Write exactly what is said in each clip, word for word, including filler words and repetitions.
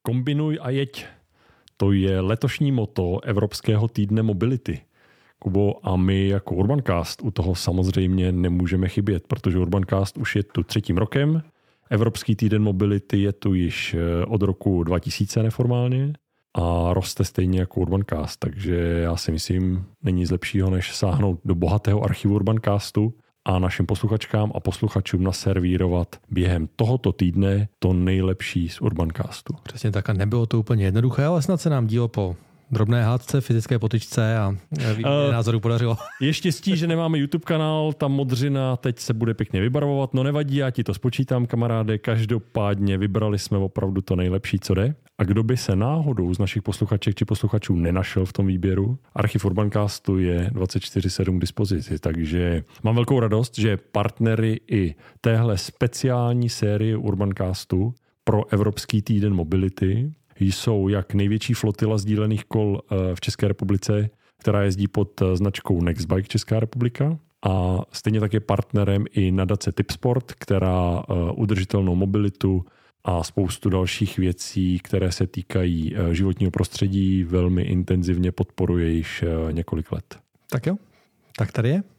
Kombinuj a jeď. To je letošní motto Evropského týdne mobility. Kubo, a my jako Urbancast u toho samozřejmě nemůžeme chybět, protože Urbancast už je tu třetím rokem. Evropský týden mobility je tu již od roku dva tisíce neformálně a roste stejně jako Urbancast, takže já si myslím, není nic lepšího, než sáhnout do bohatého archivu Urbancastu a našim posluchačkám a posluchačům naservírovat během tohoto týdne to nejlepší z Urbancastu. Přesně tak, a nebylo to úplně jednoduché, ale snad se nám dílo po drobné hádce, fyzické potyčce a výměně uh, názorů podařilo. Je štěstí, že nemáme YouTube kanál, ta modřina teď se bude pěkně vybarvovat, no nevadí, já ti to spočítám, kamaráde, každopádně vybrali jsme opravdu to nejlepší, co jde. A kdo by se náhodou z našich posluchaček či posluchačů nenašel v tom výběru, archiv Urbancastu je dvacet čtyři sedm k dispozici, takže mám velkou radost, že partnery i téhle speciální série Urbancastu pro Evropský týden mobility jsou jak největší flotila sdílených kol v České republice, která jezdí pod značkou Nextbike Česká republika, a stejně tak je partnerem i nadace Tipsport, která udržitelnou mobilitu a spoustu dalších věcí, které se týkají životního prostředí, velmi intenzivně podporuje již několik let. Tak jo, tak tady je.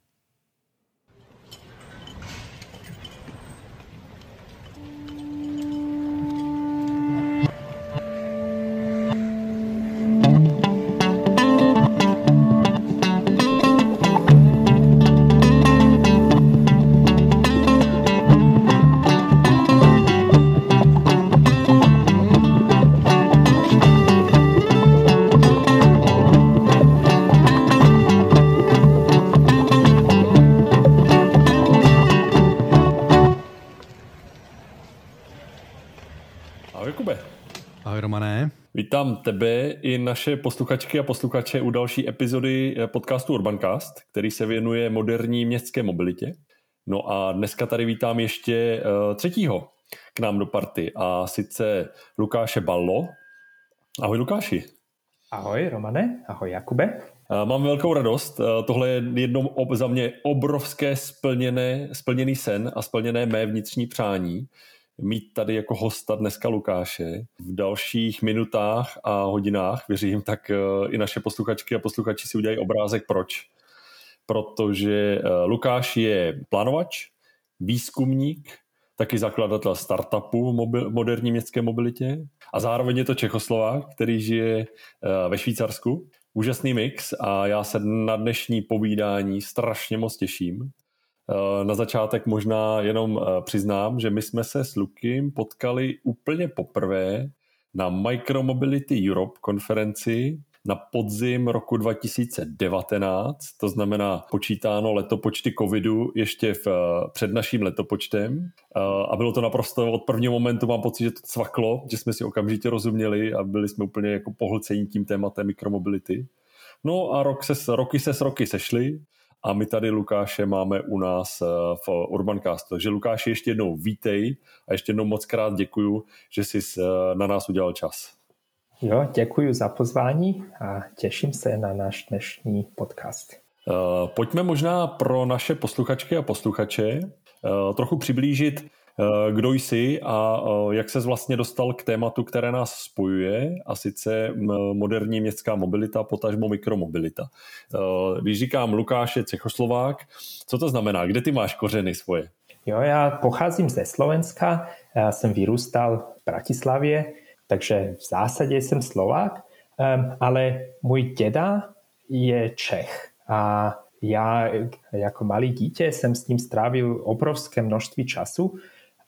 Vítám tebe i naše posluchačky a posluchače u další epizody podcastu Urbancast, který se věnuje moderní městské mobilitě. No a dneska tady vítám ještě třetího k nám do party, a sice Lukáše Ballo. Ahoj Lukáši. Ahoj Romane, ahoj Jakube. Mám velkou radost, tohle je jednou za mě obrovské splněné, splněný sen a splněné mé vnitřní přání. Mít tady jako hosta dneska Lukáše. V dalších minutách a hodinách, věřím, tak i naše posluchačky a posluchači si udělají obrázek proč. Protože Lukáš je plánovač, výzkumník, taky zakladatel startupu v mobil, moderní městské mobilitě a zároveň je to Čechoslovák, který žije ve Švýcarsku. Úžasný mix a já se na dnešní povídání strašně moc těším. Na začátek možná jenom přiznám, že my jsme se s Lukem potkali úplně poprvé na Micromobility Europe konferenci na podzim roku dva tisíce devatenáct, to znamená počítáno letopočty covidu ještě v, před naším letopočtem, a bylo to naprosto od prvního momentu, mám pocit, že to cvaklo, že jsme si okamžitě rozuměli a byli jsme úplně jako pohlcení tím tématem mikromobility. No a rok se, roky se s roky sešly. A my tady Lukáše máme u nás v Urbancastu. Takže Lukáši, ještě jednou vítej a ještě jednou moc krát děkuju, že jsi na nás udělal čas. Jo, děkuji za pozvání a těším se na náš dnešní podcast. Pojďme možná pro naše posluchačky a posluchače trochu přiblížit, kdo jsi a jak ses vlastně dostal k tématu, které nás spojuje, a sice moderní městská mobilita, potažmo mikromobilita. Když říkám Lukáš je Čechoslovák, co to znamená? Kde ty máš kořeny svoje? Jo, já pocházím ze Slovenska, já jsem vyrůstal v Bratislavě, takže v zásadě jsem Slovák, ale můj děda je Čech a já jako malý dítě jsem s ním strávil obrovské množství času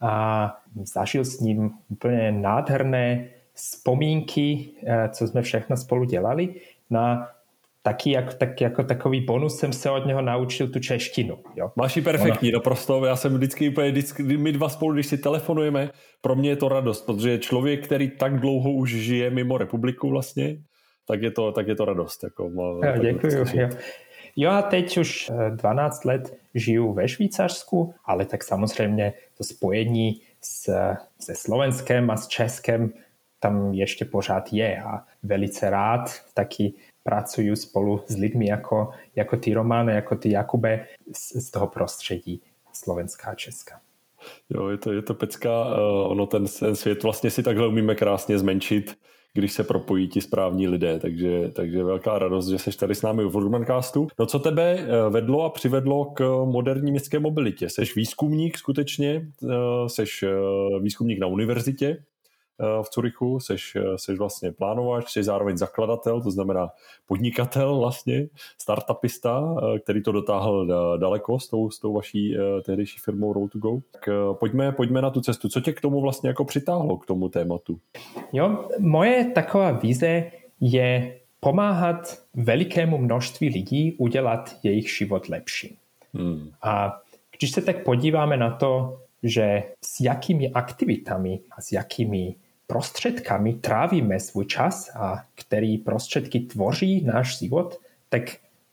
a zažil s ním úplně nádherné vzpomínky, co jsme všechno spolu dělali. No a taky jak, tak, jako takový bonus jsem se od něho naučil tu češtinu. Jo. Máš ji perfektní, ono... naprosto. Já jsem vždycky, vždycky, my dva spolu, když si telefonujeme, pro mě je to radost, protože člověk, který tak dlouho už žije mimo republiku vlastně, tak je to, tak je to radost. Jako, jo, děkuju. Jo. jo a teď už dvanáct let žiju ve Švýcarsku, ale tak samozřejmě to spojení s, se Slovenskem a s Českem tam ještě pořád je a velice rád taky pracuju spolu s lidmi jako, jako ty Romane, jako ty Jakube z, z toho prostředí Slovenská a Česka. Jo, je to, je to pecka. Uh, ono ten, ten svět vlastně si takhle umíme krásně zmenšit, když se propojí ti správní lidé, takže, takže velká radost, že jsi tady s námi v Urbancastu. No co tebe vedlo a přivedlo k moderní městské mobilitě? Seš výzkumník skutečně, seš výzkumník na univerzitě v Curychu, seš, seš vlastně plánovač, jsi zároveň zakladatel, to znamená podnikatel vlastně, startupista, který to dotáhl daleko s tou, s tou vaší tehdejší firmou Roll to Go. Tak pojďme, pojďme na tu cestu. Co tě k tomu vlastně jako přitáhlo, k tomu tématu? Jo, moje taková vize je pomáhat velikému množství lidí udělat jejich život lepší. Hmm. A když se tak podíváme na to, že s jakými aktivitami a s jakými prostředkami trávíme svůj čas a který prostředky tvoří náš život, tak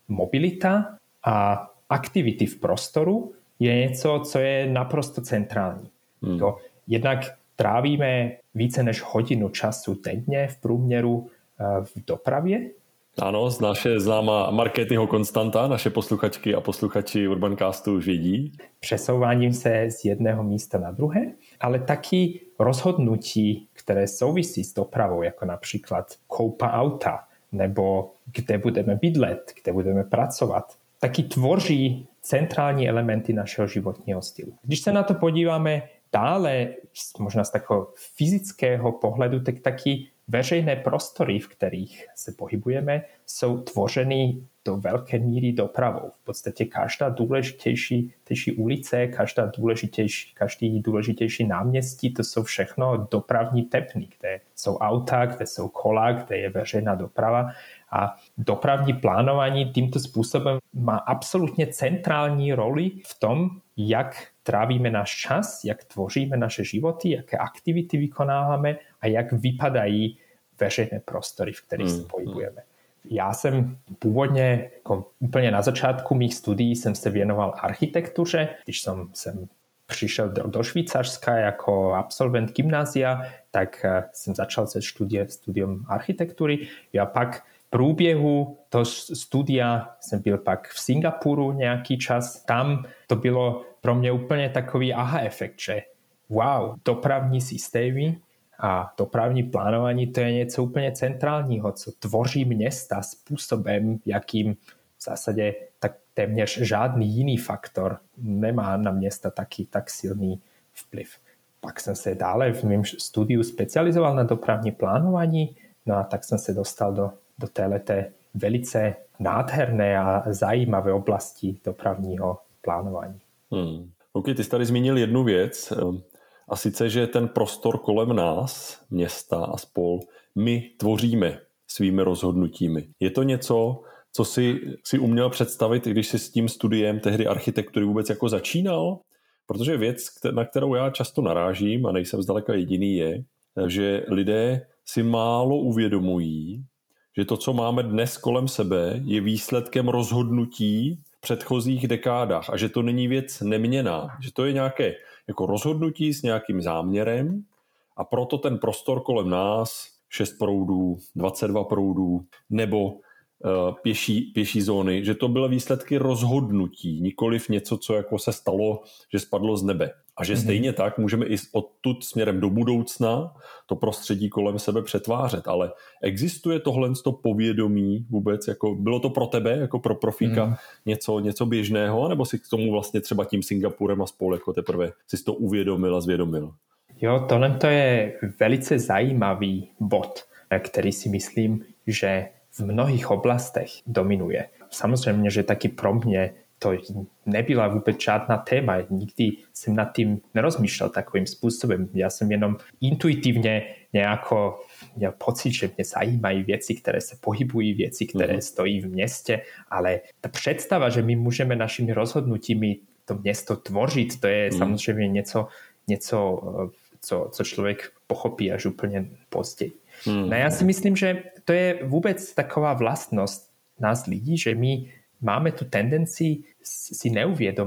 mobilita a aktivity v prostoru je něco, co je naprosto centrální. Hmm. To jednak trávíme více než hodinu času denně v průměru v dopravě. Ano, naše známá Marketyho konstanta, naše posluchačky a posluchači Urbancastu už vědí. Přesouváním se z jedného místa na druhé, ale taky rozhodnutí, které souvisí s dopravou, jako například koupa auta, nebo kde budeme bydlet, kde budeme pracovat, taky tvoří centrální elementy našeho životního stylu. Když se na to podíváme dále, možná z takového fyzického pohledu, tak taky veřejné prostory, v kterých se pohybujeme, jsou tvořeny do velké míry dopravou. V podstatě každá důležitější ulice, každá důležitější, každý důležitější náměstí, to jsou všechno dopravní tepny, kde jsou auta, kde jsou kola, kde je veřejná doprava. A dopravní plánování tímto způsobem má absolutně centrální roli v tom, jak trávíme náš čas, jak tvoříme naše životy, jaké aktivity vykonáváme a jak vypadají veřejné prostory, v kterých se pohybujeme. Já jsem původně, jako úplně na začátku mých studií, jsem se věnoval architektuře. Když jsem, jsem přišel do, do Švýcarska jako absolvent gymnázia, tak jsem začal se studie, studium architektury. A pak v průběhu toho studia jsem byl pak v Singapuru nějaký čas. Tam to bylo pro mě úplně takový aha efekt, že wow, dopravní systémy a dopravní plánování, to je něco úplně centrálního, co tvoří města způsobem, jakým v zásadě tak téměř žádný jiný faktor nemá na města taky tak silný vplyv. Pak jsem se dále v mém studiu specializoval na dopravní plánování, no a tak jsem se dostal do, do téhleté velice nádherné a zajímavé oblasti dopravního plánování. Hmm. Ok, ty jsi tady zmínil jednu věc, a sice, že ten prostor kolem nás, města a spol, my tvoříme svými rozhodnutími. Je to něco, co si, si uměl představit, když jsi s tím studiem tehdy architektury vůbec jako začínal? Protože věc, na kterou já často narážím, a nejsem zdaleka jediný, je, že lidé si málo uvědomují, že to, co máme dnes kolem sebe, je výsledkem rozhodnutí v předchozích dekádách a že to není věc neměnná, že to je nějaké jako rozhodnutí s nějakým záměrem a proto ten prostor kolem nás, šest proudů, dvacet dva proudů nebo uh, pěší, pěší zóny, že to byly výsledky rozhodnutí, nikoliv něco, co jako se stalo, že spadlo z nebe. A že mm-hmm. stejně tak můžeme i odtud směrem do budoucna to prostředí kolem sebe přetvářet. Ale existuje tohle to povědomí vůbec? Jako, bylo to pro tebe, jako pro profíka, mm-hmm. něco, něco běžného? Nebo si k tomu vlastně třeba tím Singapurem a spolu jako teprve si to uvědomil a zvědomil? Jo, tohle to je velice zajímavý bod, který si myslím, že v mnohých oblastech dominuje. Samozřejmě, že taky pro mě to nebyla vůbec žádná téma. Nikdy jsem nad tím nerozmýšlel takovým způsobem. Já jsem jenom intuitivně nějako měl pocit, že mě zajímají věci, které se pohybují, věci, které mm. stojí v městě, ale ta představa, že my můžeme našimi rozhodnutími to město tvořit, to je mm. samozřejmě něco, něco co, co člověk pochopí až úplně později. Mm. No já si myslím, že to je vůbec taková vlastnost nás lidí, že my máme tu tendenci si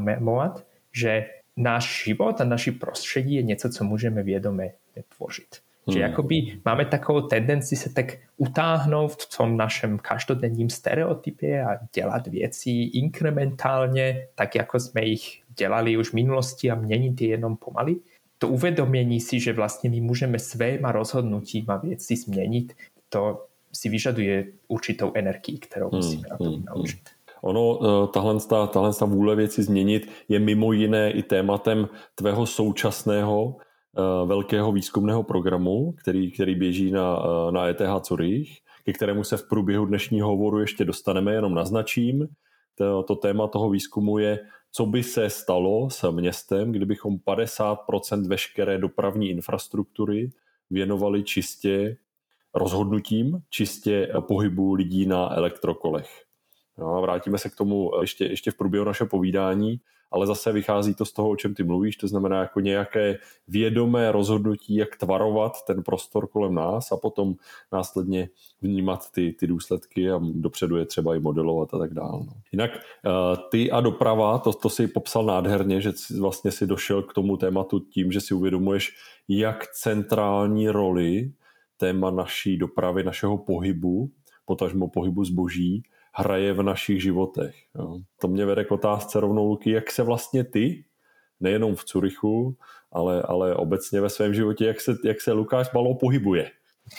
neuvědomovat, že náš život a naše prostředí je něco, co můžeme vědomě tvořit. Hmm. Že jakoby máme takovou tendenci se tak utáhnout v tom našem každodenním stereotypě a dělat věci inkrementálně, tak jako jsme ich dělali už v minulosti a měnit je jenom pomaly. To uvedomění si, že vlastně my můžeme svýma rozhodnutíma věci změnit, to si vyžaduje určitou energii, kterou musíme hmm. na to naučit. Ono, tahle, tahle vůle věci změnit je mimo jiné i tématem tvého současného velkého výzkumného programu, který, který běží na, na E T H Zurich, ke kterému se v průběhu dnešního hovoru ještě dostaneme, jenom naznačím. To, to téma toho výzkumu je, co by se stalo s městem, kdybychom padesát procent veškeré dopravní infrastruktury věnovali čistě rozhodnutím, čistě pohybu lidí na elektrokolech. No a vrátíme se k tomu ještě, ještě v průběhu našeho povídání, ale zase vychází to z toho, o čem ty mluvíš, to znamená jako nějaké vědomé rozhodnutí, jak tvarovat ten prostor kolem nás a potom následně vnímat ty, ty důsledky a dopředu je třeba i modelovat a tak dále. No. Jinak ty a doprava, to, to si popsal nádherně, že vlastně si došel k tomu tématu tím, že si uvědomuješ, jak centrální roli téma naší dopravy, našeho pohybu, potažmo pohybu zboží, hraje v našich životech. Jo. To mě vede k otázce rovnou, Luky, jak se vlastně ty, nejenom v Curychu, ale, ale obecně ve svém životě, jak se, jak se Lukáš Balogh pohybuje?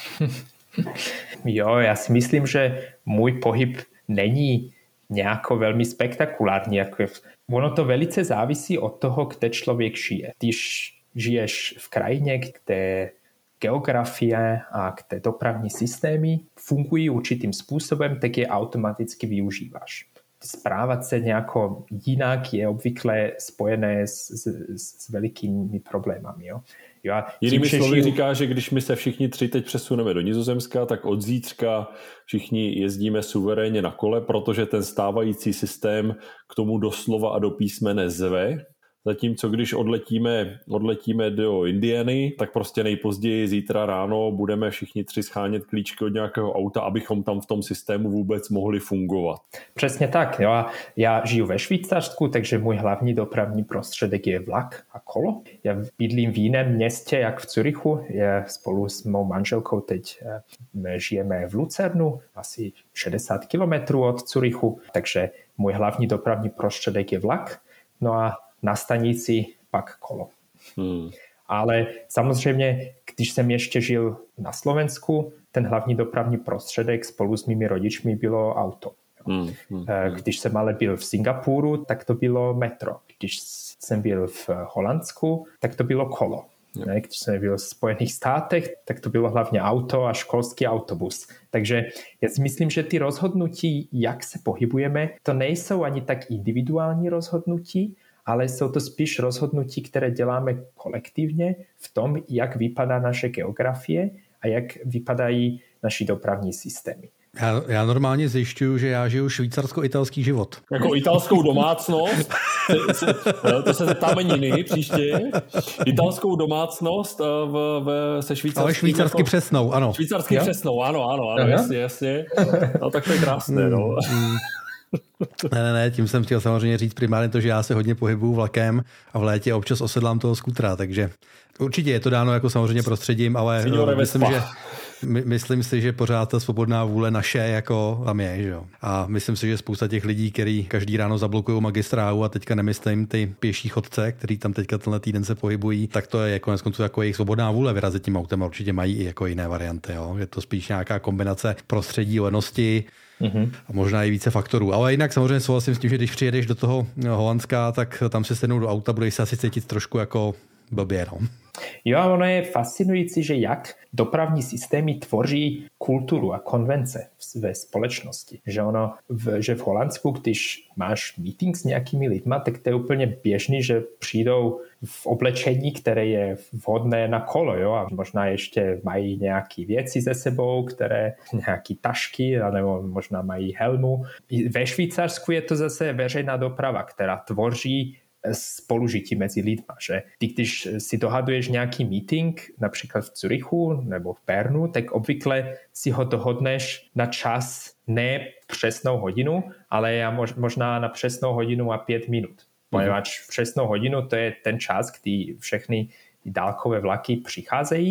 Jo, já si myslím, že můj pohyb není nejako velmi spektakulární. Jako ono to velice závisí od toho, kde člověk žije. Když žiješ v krajině, kde geografie a kde dopravní systémy fungují určitým způsobem, tak je automaticky využíváš. Správat se nějako jinak je obvykle spojené s, s, s velikými problémami. Jo? Jo, Jinými slovy žiju... říká, že když my se všichni tři teď přesuneme do Nizozemska, tak od zítřka všichni jezdíme suverénně na kole, protože ten stávající systém k tomu doslova a do písmene zve. Zatímco když odletíme, odletíme do Indiany, tak prostě nejpozději zítra ráno budeme všichni tři schánět klíčky od nějakého auta, abychom tam v tom systému vůbec mohli fungovat. Přesně tak. Jo. Já žiju ve Švýcarsku, takže můj hlavní dopravní prostředek je vlak a kolo. Já bydlím v jiném městě, jak v Curychu. Já spolu s mou manželkou teď žijeme v Lucernu, asi šedesát kilometrů od Curychu, takže můj hlavní dopravní prostředek je vlak. No a na stanici pak kolo. Hmm. Ale samozřejmě, když jsem ještě žil na Slovensku, ten hlavní dopravní prostředek spolu s mými rodičmi bylo auto. Hmm. Hmm. Když jsem ale byl v Singapuru, tak to bylo metro. Když jsem byl v Holandsku, tak to bylo kolo. Hmm. Když jsem byl v Spojených státech, tak to bylo hlavně auto a školský autobus. Takže já si myslím, že ty rozhodnutí, jak se pohybujeme, to nejsou ani tak individuální rozhodnutí, ale jsou to spíš rozhodnutí, které děláme kolektivně v tom, jak vypadá naše geografie a jak vypadají naši dopravní systémy. Já, já normálně zjišťuju, že já žiju švýcarsko-italský život. Jako italskou domácnost, to se zeptáme Niny příště, italskou domácnost v, v, se švýcarským... Ale švýcarsky jako, přesnou, ano. Švýcarsky jo? přesnou, ano, ano, ano, jasně, jasně. No tak to je krásné, no. Ne, ne, ne, tím jsem chtěl samozřejmě říct primárně to, že já se hodně pohybuju vlakem a v létě občas osedlám toho skutra, takže určitě je to dáno jako samozřejmě prostředím, ale Signore myslím, že my, myslím si, že pořád ta svobodná vůle naše jako tam je, že jo. A myslím si, že spousta těch lidí, kteří každý ráno zablokují magistrálu a teďka nemyslím ty pěší chodce, kteří tam teďka tenhle týden se pohybují, tak to je konec konců jako jejich svobodná vůle vyrazit tím autem a určitě mají i jako jiné varianty, jo. Je to spíš nějaká kombinace prostředí, lenosti, mm-hmm. a možná i více faktorů. Ale jinak samozřejmě souhlasím s tím, že když přijedeš do toho Holandska, tak tam se sednou do auta, budeš se asi cítit trošku jako blbě, no. Jo, a ono je fascinující, že jak dopravní systémy tvoří kulturu a konvence ve společnosti. Že ono, v, že v Holandsku, když máš meeting s nějakými lidma, tak to je úplně běžný, že přijdou v oblečení, které je vhodné na kolo, jo, a možná ještě mají nějaké věci ze sebou, které, nějaké tašky, nebo možná mají helmu. Ve Švýcarsku je to zase veřejná doprava, která tvoří spolužití mezi lidma, že ty, když si dohaduješ nějaký meeting, například v Curychu nebo v Bernu, tak obvykle si ho dohodneš na čas ne přesnou hodinu, ale možná na přesnou hodinu a pět minut. Poněvadž v přesnou hodinu to je ten čas, kdy všechny dálkové vlaky přicházejí,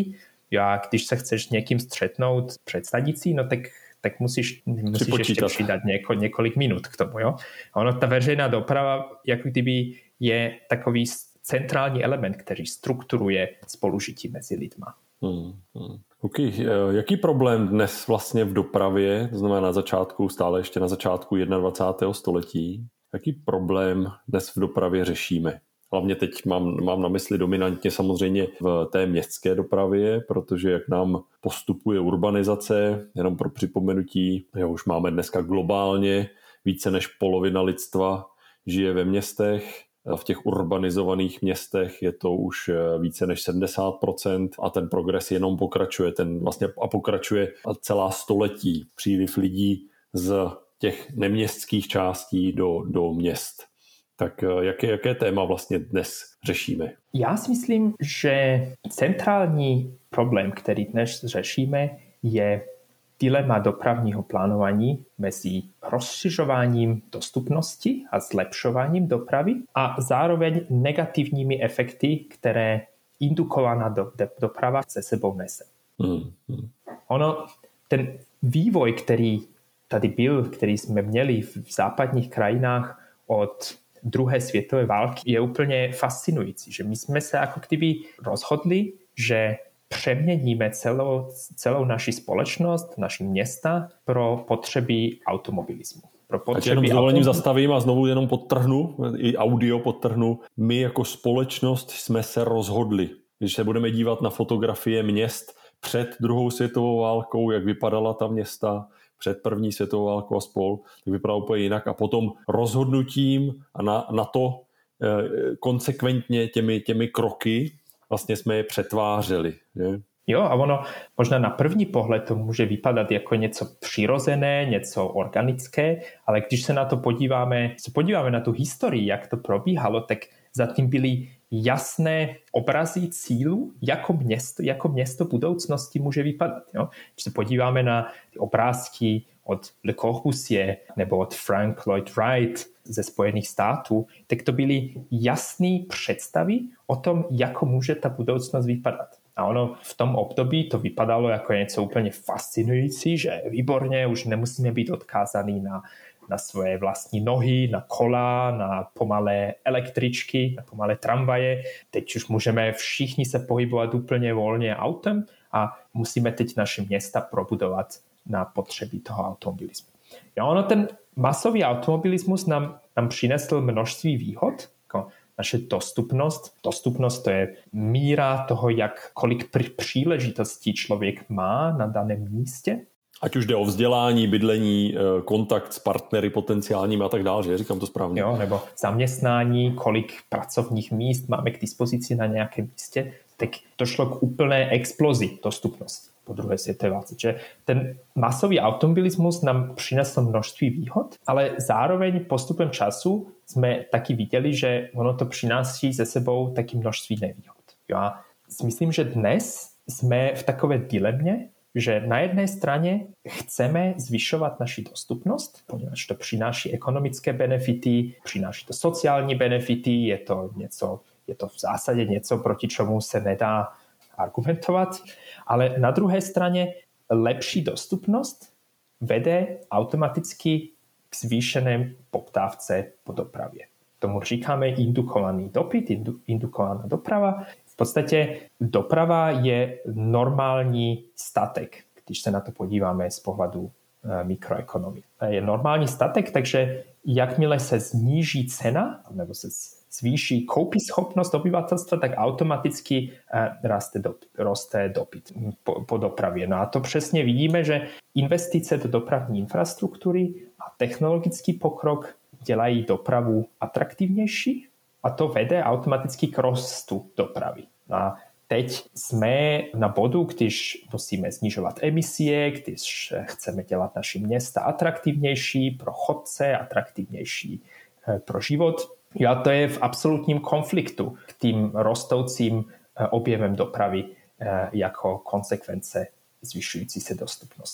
A když se chceš s někým střetnout před stanicí, no tak tak musíš, musíš ještě přidat něko, několik minut k tomu. Jo? A ono, ta veřejná doprava jako kdyby je takový centrální element, který strukturuje spolužití mezi lidma. Hmm, hmm. Okay. Jaký problém dnes vlastně v dopravě, to znamená na začátku, stále ještě na začátku dvacátého prvního století, jaký problém dnes v dopravě řešíme? Hlavně teď mám, mám na mysli dominantně samozřejmě v té městské dopravě, protože jak nám postupuje urbanizace, jenom pro připomenutí, že už máme dneska globálně více než polovina lidstva žije ve městech. V těch urbanizovaných městech je to už více než sedmdesát procent a ten progres jenom pokračuje, ten vlastně a pokračuje celá století příliv lidí z těch neměstských částí do, do měst. Tak jaké, jaké téma vlastně dnes řešíme? Já si myslím, že centrální problém, který dnes řešíme, je dilema dopravního plánování mezi rozšiřováním dostupnosti a zlepšováním dopravy a zároveň negativními efekty, které indukovaná do, do, doprava se sebou nese. Hmm, hmm. Ono, ten vývoj, který tady byl, který jsme měli v západních krajinách od druhé světové války, je úplně fascinující, že my jsme se jako kdyby rozhodli, že přeměníme celou, celou naši společnost, naši města pro potřeby automobilismu. Pro potřeby jenom s dovolením zastavím a znovu jenom podtrhnu, i audio podtrhnu, my jako společnost jsme se rozhodli, když se budeme dívat na fotografie měst před druhou světovou válkou, jak vypadala ta města, před první světovou válkou a spol, tak vypadá úplně jinak a potom rozhodnutím a na, na to eh, konsekventně těmi, těmi kroky vlastně jsme je přetvářeli. Ne? Jo, a ono možná na první pohled to může vypadat jako něco přirozené, něco organické, ale když se na to podíváme, se podíváme na tu historii, jak to probíhalo, tak zatím byly jasné obrazy cílu, jako město, jako město budoucnosti může vypadat. Jo? Když se podíváme na ty obrázky od Le Corbusier nebo od Frank Lloyd Wright ze Spojených států, tak to byly jasné představy o tom, jak může ta budoucnost vypadat. A ono v tom období to vypadalo jako něco úplně fascinující, že výborně, už nemusíme být odkázaný na, na svoje vlastní nohy, na kola, na pomalé električky, na pomalé tramvaje. Teď už můžeme všichni se pohybovat úplně volně autem a musíme teď naše města probudovat na potřeby toho automobilismu. Jo, ono ten masový automobilismus nám, nám přinesl množství výhod, jako naše dostupnost. Dostupnost to je míra toho, jak kolik pr- příležitostí člověk má na daném místě. Ať už jde o vzdělání, bydlení, kontakt s partnery potenciálními a tak dále, že říkám to správně. Jo, nebo zaměstnání, kolik pracovních míst máme k dispozici na nějakém místě, tak došlo k úplné explozi dostupnosti po druhé světové válce. Že ten masový automobilismus nám přinesl množství výhod, ale zároveň postupem času jsme taky viděli, že ono to přináší ze sebou taky množství nevýhod. Já myslím, že dnes jsme v takové dilemě, že na jedné straně chceme zvyšovat naši dostupnost, poněvadž to přináší ekonomické benefity, přináší to sociální benefity, je to něco, je to v zásadě něco, proti čemu se nedá argumentovat, ale na druhé straně lepší dostupnost vede automaticky k zvýšené poptávce po dopravě. Tomu říkáme indukovaný dopyt, indukovaná doprava. V podstatě doprava je normální statek, když se na to podíváme z pohledu mikroekonomie. Je normální statek, takže jakmile se zníží cena, nebo se zvýší koupěschopnost obyvatelstva, tak automaticky roste dopyt, roste dopyt po, po dopravě. No a to přesně vidíme, že investice do dopravní infrastruktury a technologický pokrok dělají dopravu atraktivnější a to vede automaticky k růstu dopravy. No a teď jsme na bodu, když musíme snižovat emisie, když chceme dělat naše města atraktivnější pro chodce, atraktivnější pro život. A to je v absolutním konfliktu k tým rostoucím objemem dopravy jako konsekvence zvyšující se dostupnosti.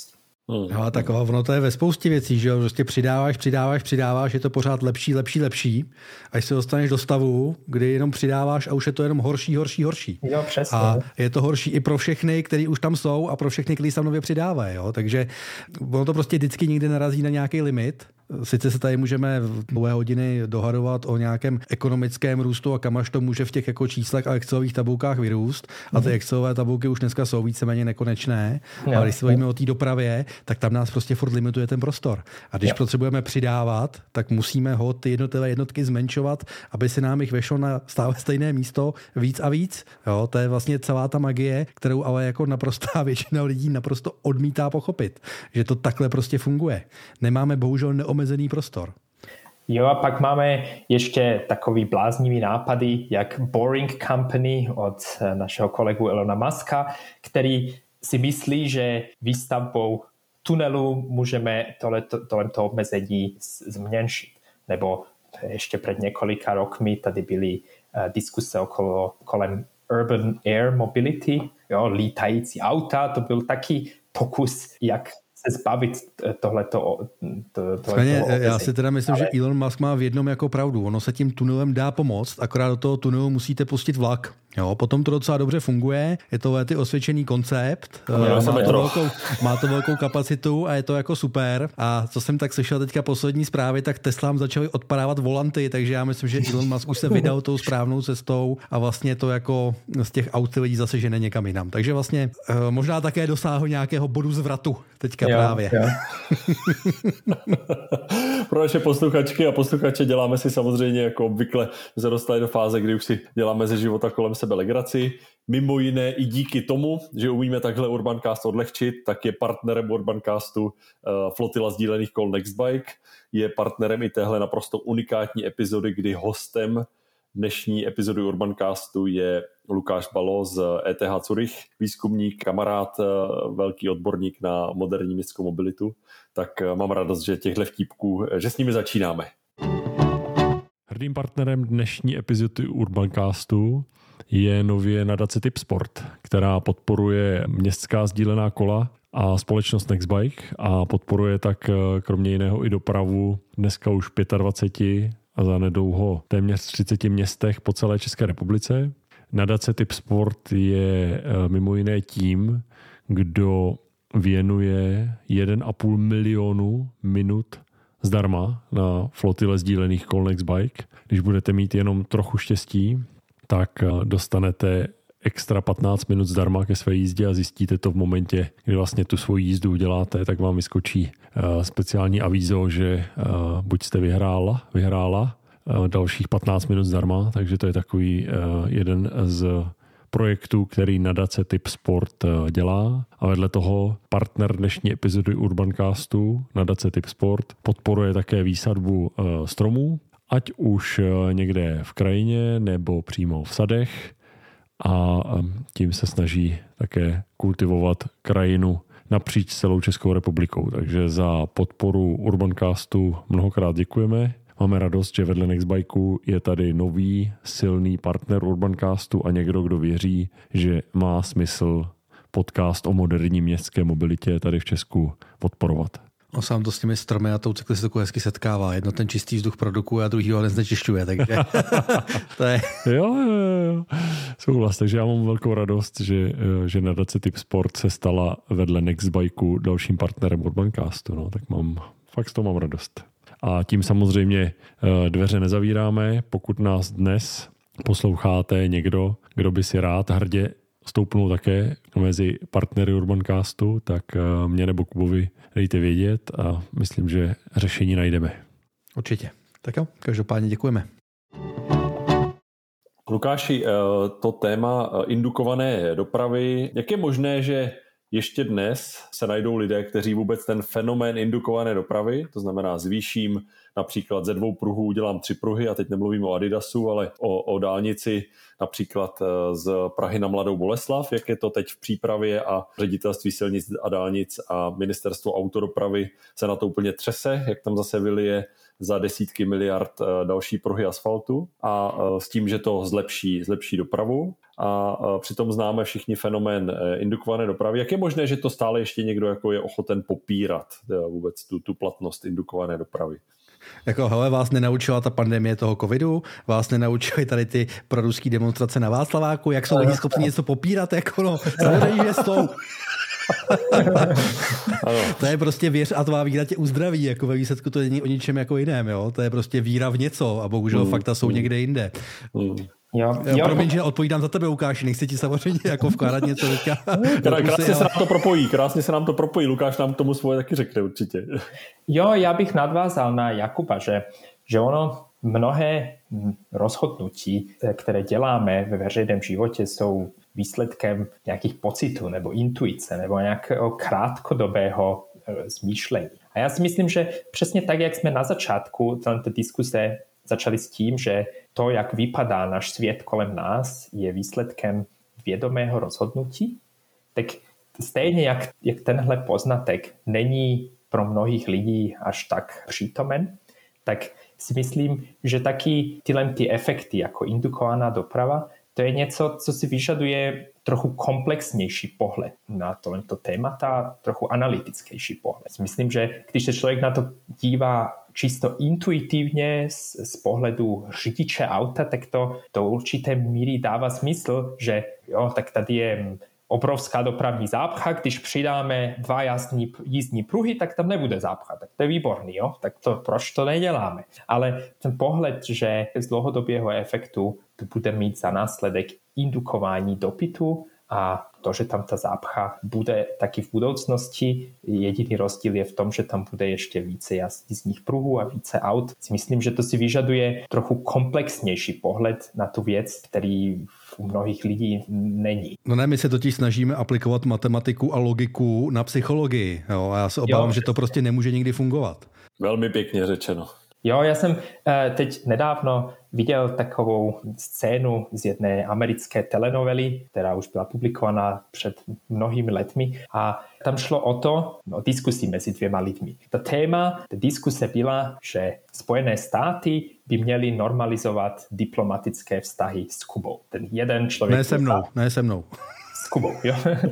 Hmm. No a tak ono to je ve spoustě věcí, že jo, prostě přidáváš, přidáváš, přidáváš, je to pořád lepší, lepší, lepší, až se dostaneš do stavu, kdy jenom přidáváš a už je to jenom horší, horší, horší. Jo, přesně. A je to horší i pro všechny, kteří už tam jsou a pro všechny, kteří se nově přidávají, jo, takže ono to prostě vždycky nikdy narazí na nějaký limit. Sice se tady můžeme v dvě hodiny dohadovat o nějakém ekonomickém růstu a kam až to může v těch jako číslech a excelových tabulkách vyrůst. A ty excelové tabulky už dneska jsou víceméně nekonečné. Jo, a když se bavíme o té dopravě, tak tam nás prostě furt limituje ten prostor. A když jo. potřebujeme přidávat, tak musíme ho ty jednotlivé jednotky zmenšovat, aby se nám jich vešlo na stále stejné místo víc a víc. Jo, to je vlastně celá ta magie, kterou ale jako naprostá většina lidí naprosto odmítá pochopit, že to takhle prostě funguje. Nemáme bohužel neomezený prostor. Jo, a pak máme ještě takový bláznivý nápady, jak Boring Company od našeho kolegu Elona Muska, který si myslí, že výstavbou tunelu můžeme tohleto, tohleto omezení zmenšit. Nebo ještě před několika rokmi tady byly uh, diskuse okolo, kolem Urban Air Mobility, jo, lítající auta, to byl taky pokus, jak se zbavit tohleto. To, Skvěně, já si teda myslím, ale... že Elon Musk má v jednom jako pravdu. Ono se tím tunelem dá pomoct, akorát do toho tunelu musíte pustit vlak. Jo, potom to docela dobře funguje, je to ty osvědčený koncept, má to, velkou, má to velkou kapacitu a je to jako super. A co jsem tak slyšel teďka poslední zprávy, tak Teslám začaly odpadávat volanty, takže já myslím, že Elon Musk už se vydal tou správnou cestou a vlastně to jako z těch aut ty lidi zase žene někam jinam. Takže vlastně možná také dosáhl nějakého bodu zvratu teďka jo, právě. Jo. Pro naše posluchačky a posluchače děláme si samozřejmě jako obvykle, že se dostali do fáze, kdy už si děláme ze života kolem sebe legraci. Mimo jiné i díky tomu, že umíme takhle Urbancast odlehčit, tak je partnerem Urbancastu uh, flotila sdílených kol Nextbike. Je partnerem i téhle naprosto unikátní epizody, kdy hostem dnešní epizody Urbancastu je Lukáš Balo z E T H Zurich, výzkumník, kamarád, velký odborník na moderní městskou mobilitu. Tak mám radost, že těchto vtípků, že s nimi začínáme. Hrdým partnerem dnešní epizody Urbancastu je nově nadace Tipsport, která podporuje městská sdílená kola a společnost Nextbike a podporuje tak kromě jiného i dopravu dneska už dvacet pět a zanedlouho téměř třiceti městech po celé České republice. Nadace Tipsport je mimo jiné tím, kdo věnuje jeden a půl milionu minut zdarma na flotile sdílených kol Nextbike. Když budete mít jenom trochu štěstí, tak dostanete extra patnáct minut zdarma ke své jízdě a zjistíte to v momentě, kdy vlastně tu svoji jízdu uděláte, tak vám vyskočí speciální avízo, že buď jste vyhrála, vyhrála dalších patnáct minut zdarma, takže to je takový jeden z projektů, který nadace Tipsport dělá. A vedle toho partner dnešní epizody Urbancastu, nadace Tipsport, podporuje také výsadbu stromů, ať už někde v krajině nebo přímo v sadech, a tím se snaží také kultivovat krajinu napříč celou Českou republikou. Takže za podporu Urbancastu mnohokrát děkujeme. Máme radost, že vedle Nextbikeu je tady nový silný partner Urbancastu a někdo, kdo věří, že má smysl podcast o moderní městské mobilitě tady v Česku podporovat. On sám to s těmi stromy a tou cyklistikou hezky setkává. Jedno ten čistý vzduch produkuje a druhý ho neznečišťuje, takže to je... Jo, jo, jo. Souhlas, takže já mám velkou radost, že, že nadace Tipsport se stala vedle Nextbikeu dalším partnerem Urbancastu, no, tak mám, fakt z toho mám radost. A tím samozřejmě dveře nezavíráme, pokud nás dnes posloucháte někdo, kdo by si rád hrdě stoupnul také mezi partnery Urbancastu, tak mě nebo Kubovi dejte vědět a myslím, že řešení najdeme. Určitě. Tak jo, každopádně děkujeme. Lukáši, to téma indukované dopravy, jak je možné, že ještě dnes se najdou lidé, kteří vůbec ten fenomén indukované dopravy, to znamená zvýším například ze dvou pruhů udělám tři pruhy, a teď nemluvím o Adidasu, ale o, o dálnici například z Prahy na Mladou Boleslav, jak je to teď v přípravě, a Ředitelství silnic a dálnic a Ministerstvo autodopravy se na to úplně třese, jak tam zase vylije za desítky miliard další pruhy asfaltu, a s tím, že to zlepší, zlepší dopravu. a přitom známe všichni fenomén indukované dopravy. Jak je možné, že to stále ještě někdo jako je ochoten popírat vůbec tu, tu platnost indukované dopravy? Jako, hele, vás nenaučila ta pandemie toho covidu, vás nenaučily tady ty proruský demonstrace na Václaváku, jak jsou lidi schopni něco popírat, jako no, samozřejmě, že jsou. To je prostě věř a tvá víra tě uzdraví, jako ve výsledku to není o ničem jako jiném, jo? To je prostě víra v něco a bohužel mm, fakta jsou mm. někde jinde. Mm. Jo, jo. Promiň, že odpovídám za tebe, Lukáši, nechci ti samozřejmě jako vkládat něco. Krásně se nám to propojí, krásně se nám to propojí, Lukáš nám tomu svoje taky řekne určitě. Jo, já bych nadvázal na Jakuba, že, že ono mnohé rozhodnutí, které děláme ve veřejném životě, jsou výsledkem nějakých pocitů nebo intuice nebo nějakého krátkodobého zmýšlení. A já si myslím, že přesně tak, jak jsme na začátku té diskuse začali s tím, že to, jak vypadá náš svět kolem nás, je výsledkem vědomého rozhodnutí, tak stejně jak, jak tenhle poznatek není pro mnohých lidí až tak přítomen, tak si myslím, že taky tyhle ty efekty jako indukovaná doprava, to je něco, co si vyžaduje trochu komplexnější pohled na tohleto témata, trochu analytickejší pohled. Myslím, že když se člověk na to dívá čisto intuitivně z, z pohledu řidiče auta, tak to do určité míry dává smysl, že jo, tak tady je obrovská dopravní zápcha, když přidáme dva jízdní, jízdní pruhy, tak tam nebude zápcha. Tak to je výborný, jo? Tak to, proč to neděláme? Ale ten pohled, že z dlouhodobého efektu to bude mít za následek indukování dopytu a to, že tam ta zápcha bude taky v budoucnosti, jediný rozdíl je v tom, že tam bude ještě více jízdních pruhů a více aut. Myslím, že to si vyžaduje trochu komplexnější pohled na tu věc, který u mnohých lidí není. No ne, my se totiž snažíme aplikovat matematiku a logiku na psychologii. Jo? A já se obávám, jo, že to prostě nemůže nikdy fungovat. Velmi pěkně řečeno. Jo, já jsem teď nedávno viděl takovou scénu z jedné americké telenovely, která už byla publikovaná před mnohými letmi a tam šlo o to, o diskusi mezi dvěma lidmi. Ta téma, ta diskuse byla, že Spojené státy by měly normalizovat diplomatické vztahy s Kubou. Ten jeden člověk... Ne se mnou, ne se mnou. S Kubou, jo.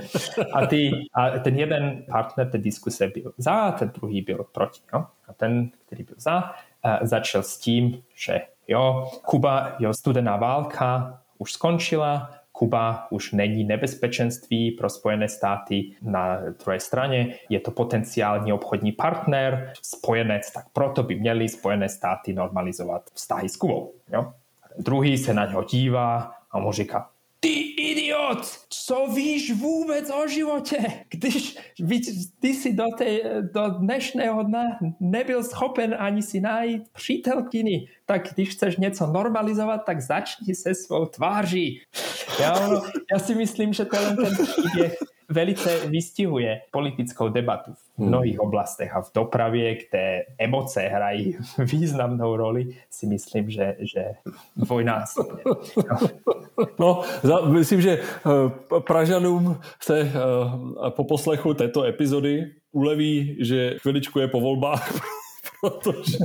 A, ty, a ten jeden partner té diskuse byl za, a ten druhý byl proti. Jo. A ten, který byl za, začal s tím, že jo, Kuba, jo, studená válka už skončila, Kuba už není nebezpečenství pro Spojené státy. Na druhé straně je to potenciální obchodní partner, spojenec, tak proto by měly Spojené státy normalizovat vztahy s Kubou. Jo. A ten druhý se na něho dívá a mu říká: Ty idiot, co víš vůbec o životě, když ty si do, té, do dnešného dne nebyl schopen ani si najít přítelkyni, tak když chceš něco normalizovat, tak začni se svou tváří. Já, ono, já si myslím, že ten, ten příběh velice vystihuje politickou debatu v mnohých oblastech a v dopravě, kde emoce hrají významnou roli, si myslím, že, že dvojnásobně. No. No, za, myslím, že uh, Pražanům se uh, po poslechu této epizody uleví, že chviličku je po volbách, protože,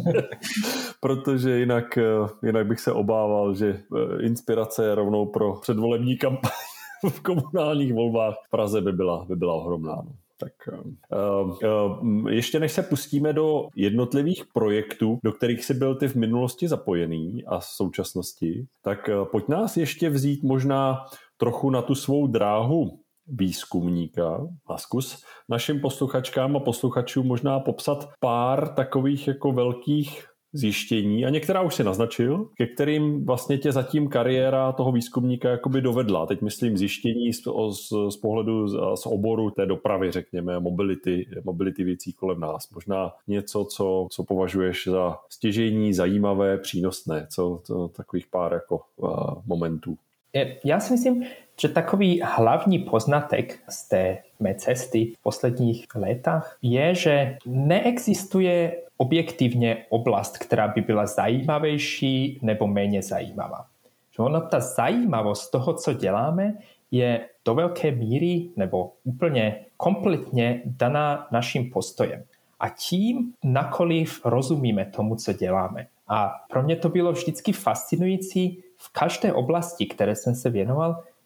protože jinak, uh, jinak bych se obával, že uh, inspirace rovnou pro předvolební kampaň v komunálních volbách v Praze by byla, by byla ohromná. No. Tak, uh, uh, ještě než se pustíme do jednotlivých projektů, do kterých jsi byl ty v minulosti zapojený a v současnosti, tak uh, pojď nás ještě vzít možná trochu na tu svou dráhu výzkumníka a zkus našim posluchačkám a posluchačům možná popsat pár takových jako velkých zjištění, a některá už si naznačil, ke kterým vlastně tě zatím kariéra toho výzkumníka jakoby dovedla. Teď myslím zjištění z, z, z pohledu z, z oboru té dopravy, řekněme, mobility, mobility věcí kolem nás. Možná něco, co, co považuješ za stěžejní, zajímavé, přínosné, co, co takových pár jako uh, momentů. Já si myslím, že takový hlavní poznatek z té mé cesty v posledních letech je, že neexistuje objektivně oblast, která by byla zajímavější nebo méně zajímavá. Že ono, ta zajímavost toho, co děláme, je do velké míry nebo úplně kompletně daná naším postojem. A tím, nakoliv rozumíme tomu, co děláme. A pro mě to bylo vždycky fascinující v každé oblasti, které jsem se věnoval,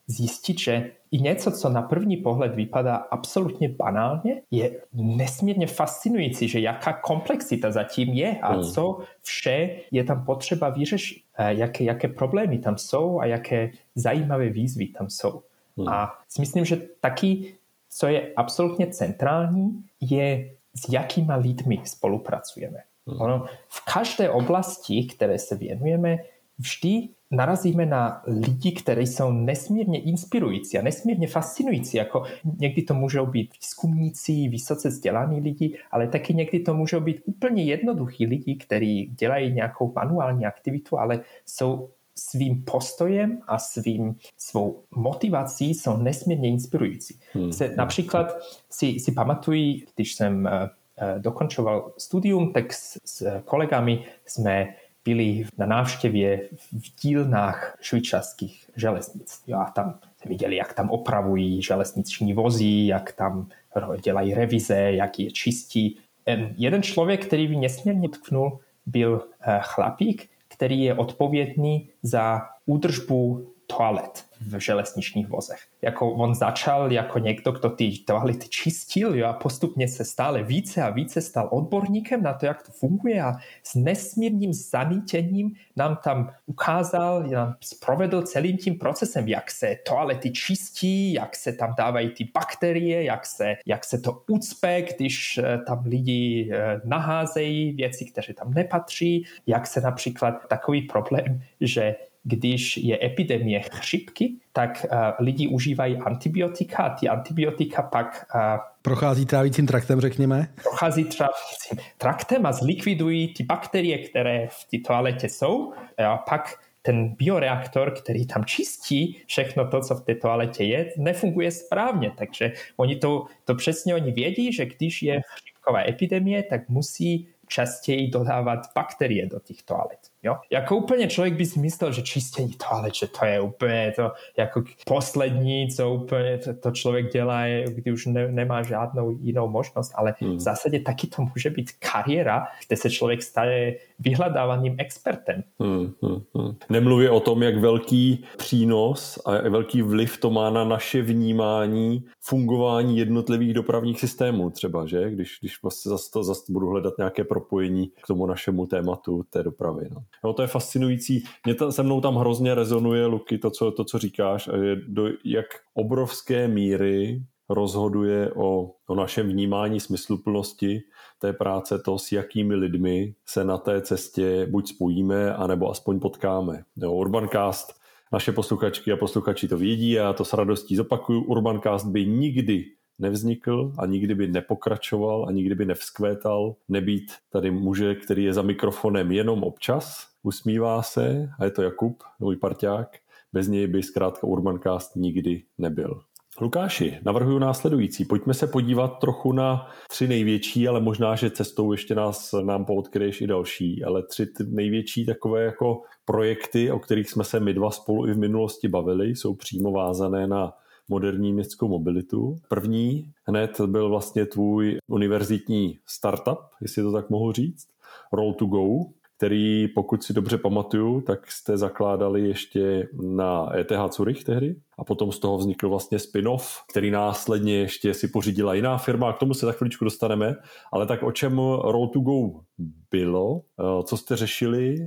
zistiť, že i něco, co na první pohled vypadá absolutně banálně, je nesmírně fascinující, že jaká komplexita zatím je a co vše je tam potřeba vyřešit, jaké, jaké problémy tam jsou a jaké zajímavé výzvy tam jsou. Hmm. A si myslím, že taky, co je absolutně centrální, je s jakýma lidmi spolupracujeme. Hmm. Ono, v každé oblasti, které se věnujeme, vždy narazíme na lidi, kteří jsou nesmírně inspirující a nesmírně fascinující. Jako někdy to můžou být výzkumníci, vysoce vzdělaní lidi, ale taky někdy to můžou být úplně jednoduchí lidi, kteří dělají nějakou manuální aktivitu, ale jsou svým postojem a svým, svou motivací jsou nesmírně inspirující. Hmm. Se, například si, si pamatuju, když jsem uh, dokončoval studium, tak s, s kolegami jsme byli na návštěvě v dílnách švýcarských železnic. Jo, a tam viděli, jak tam opravují železniční vozy, jak tam dělají revize, jak je čistí. Jeden člověk, který by nesmírně tknul, byl chlapík, který je odpovědný za údržbu toalet v železničních vozech. Jako on začal jako někdo, kdo ty toalety čistil, jo, a postupně se stále více a více stal odborníkem na to, jak to funguje a s nesmírným zanítěním nám tam ukázal, nám provedl celým tím procesem, jak se toalety čistí, jak se tam dávají ty bakterie, jak se, jak se to ucpe, když tam lidi naházejí věci, které tam nepatří, jak se například takový problém, že když je epidemie chřipky, tak uh, lidi užívají antibiotika a ty antibiotika pak uh, prochází trávicím traktem, řekněme. Prochází trávicím traktem a zlikvidují ty bakterie, které v té toaletě jsou. A pak ten bioreaktor, který tam čistí všechno to, co v té toaletě je, nefunguje správně. Takže oni to, to přesně oni vědí, že když je chřipková epidemie, tak musí častěji dodávat bakterie do těch toalet. Jo? Jako úplně člověk by si myslel, že čistění toalet, že to je úplně to jako poslední, co úplně to, to člověk dělá, kdy už ne, nemá žádnou jinou možnost, ale hmm. v zásadě taky to může být kariéra, kde se člověk stane vyhledávaným expertem. Hmm, hmm, hmm. Nemluvě o tom, jak velký přínos a velký vliv to má na naše vnímání fungování jednotlivých dopravních systémů třeba, že? Když, když vlastně zase, to, zase budu hledat nějaké propojení k tomu našemu tématu té dopravy. No. No, to je fascinující. Mě to, se mnou tam hrozně rezonuje, Luky, to, co, to, co říkáš, a je do jak obrovské míry rozhoduje o, o našem vnímání smysluplnosti té práce to, s jakými lidmi se na té cestě buď spojíme, anebo aspoň potkáme. Jo, Urbancast, naše posluchačky a posluchači to vědí a já to s radostí zopakuju. Urbancast by nikdy nevznikl a nikdy by nepokračoval a nikdy by nevzkvétal nebýt tady muže, který je za mikrofonem jenom občas, usmívá se a je to Jakub, můj parťák. Bez něj by zkrátka Urbancast nikdy nebyl. Lukáši, navrhuji následující. Pojďme se podívat trochu na tři největší, ale možná, že cestou ještě nás, nám poodkryješ i další, ale tři největší takové jako projekty, o kterých jsme se my dva spolu i v minulosti bavili, jsou přímo vázané na moderní městskou mobilitu. První hned byl vlastně tvůj univerzitní startup, jestli to tak mohu říct, Roll to Go, který, pokud si dobře pamatuju, tak jste zakládali ještě na E T H Zurich tehdy a potom z toho vznikl vlastně spin-off, který následně ještě si pořídila jiná firma a k tomu se za chviličku dostaneme, ale tak o čem Roll to Go bylo, co jste řešili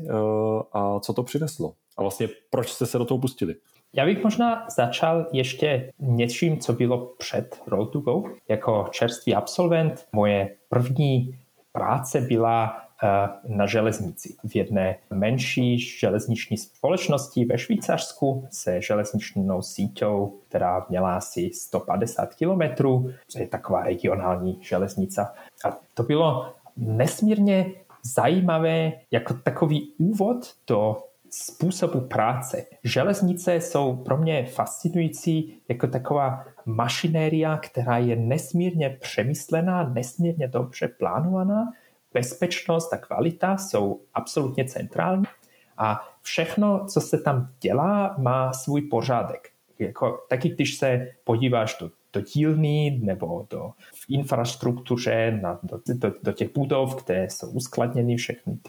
a co to přineslo a vlastně proč jste se do toho pustili? Já bych možná začal ještě něčím, co bylo před Roll to Go. Jako čerstvý absolvent moje první práce byla na železnici v jedné menší železniční společnosti ve Švýcarsku se železničnou síťou, která měla asi sto padesát kilometrů. To je taková regionální železnice. A to bylo nesmírně zajímavé jako takový úvod do způsobu práce. Železnice jsou pro mě fascinující jako taková mašinéria, která je nesmírně přemyslená, nesmírně dobře plánovaná. Bezpečnost a kvalita jsou absolutně centrální a všechno, co se tam dělá, má svůj pořádek. Jako, taky když se podíváš do, do dílny nebo do v infrastruktuře, na, do, do, do těch budov, kde jsou uskladněny všechny ty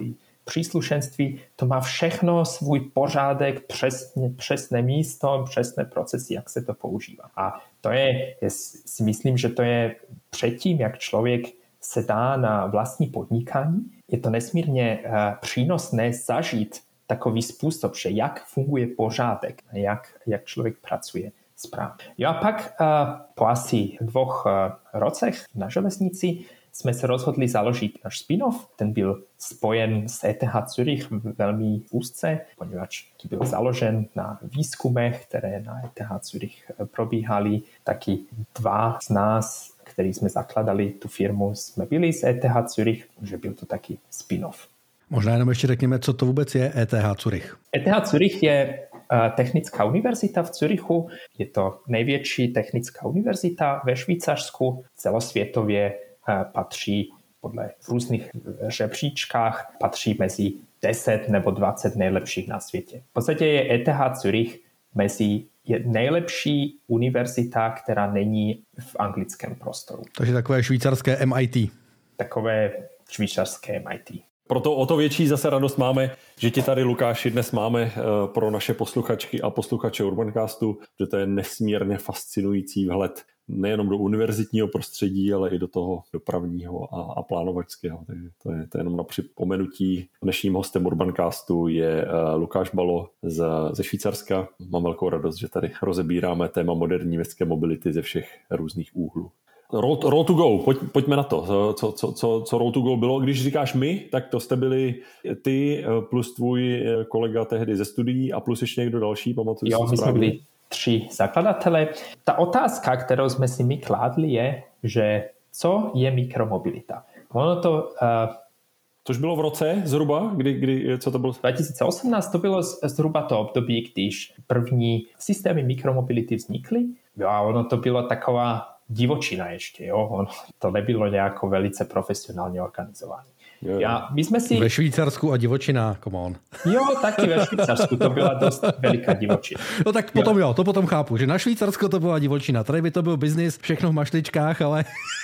příslušenství, to má všechno svůj pořádek, přesně, přesné místo, přesné procesy, jak se to používá. A to je, je, si myslím, že to je předtím, jak člověk se dá na vlastní podnikání, je to nesmírně uh, přínosné zažít takový způsob, že jak funguje pořádek, jak, jak člověk pracuje správně. Jo a pak uh, po asi dvoch uh, rocech na železnici jsme se rozhodli založit náš spin-off. Ten byl spojen s E T H Zürich velmi úzce, poněvadž byl založen na výzkumech, které na E T H Zürich probíhaly. Taky dva z nás, který jsme zakladali tu firmu, jsme byli z E T H Zürich, že byl to taky spin-off. Možná jenom ještě řekněme, co to vůbec je E T H Zürich. E T H Zürich je technická univerzita v Zürichu. Je to největší technická univerzita ve Švýcarsku. Celosvětově patří podle různých žebříčkách, patří mezi deset nebo dvacet nejlepších na světě. V podstatě je E T H Zürich mezi je nejlepší univerzita, která není v anglickém prostoru. Takže takové švýcarské M I T. Takové švýcarské M I T. Proto o to větší zase radost máme, že ti tady, Lukáši, dnes máme pro naše posluchačky a posluchače Urbancastu, že to je nesmírně fascinující vhled nejenom do univerzitního prostředí, ale i do toho dopravního a, a plánovačského. Takže to je, to je jenom na připomenutí. Dnešním hostem Urbancastu je uh, Lukáš Balo z, ze Švýcarska. Mám velkou radost, že tady rozebíráme téma moderní městské mobility ze všech různých úhlů. Roll, roll to go, Pojď, pojďme na to. Co, co, co, co Roll to go bylo? Když říkáš my, tak to jste byli ty plus tvůj kolega tehdy ze studií a plus ještě někdo další, pamatuju jo, si my správně? jsme byli tři zakladatele. Ta otázka, kterou jsme si my kládli, je, že co je mikromobilita? Ono to... Uh, Což bylo v roce zhruba? Kdy, kdy, co to bylo? dva tisíce osmnáct to bylo zhruba to období, když první systémy mikromobility vznikly. Jo, a ono to bylo taková divočina ještě, jo. Ono to nebylo nějako velice profesionálně organizované. Ja, my sme si... Ve Švýcarsku a divočina, come on. Jo, taky ve Švýcarsku, to byla dost veliká divočina. No tak potom jo. jo, to potom chápu, že na Švýcarsko to byla divočina. Tady by to byl biznis, všechno v mašličkách, ale...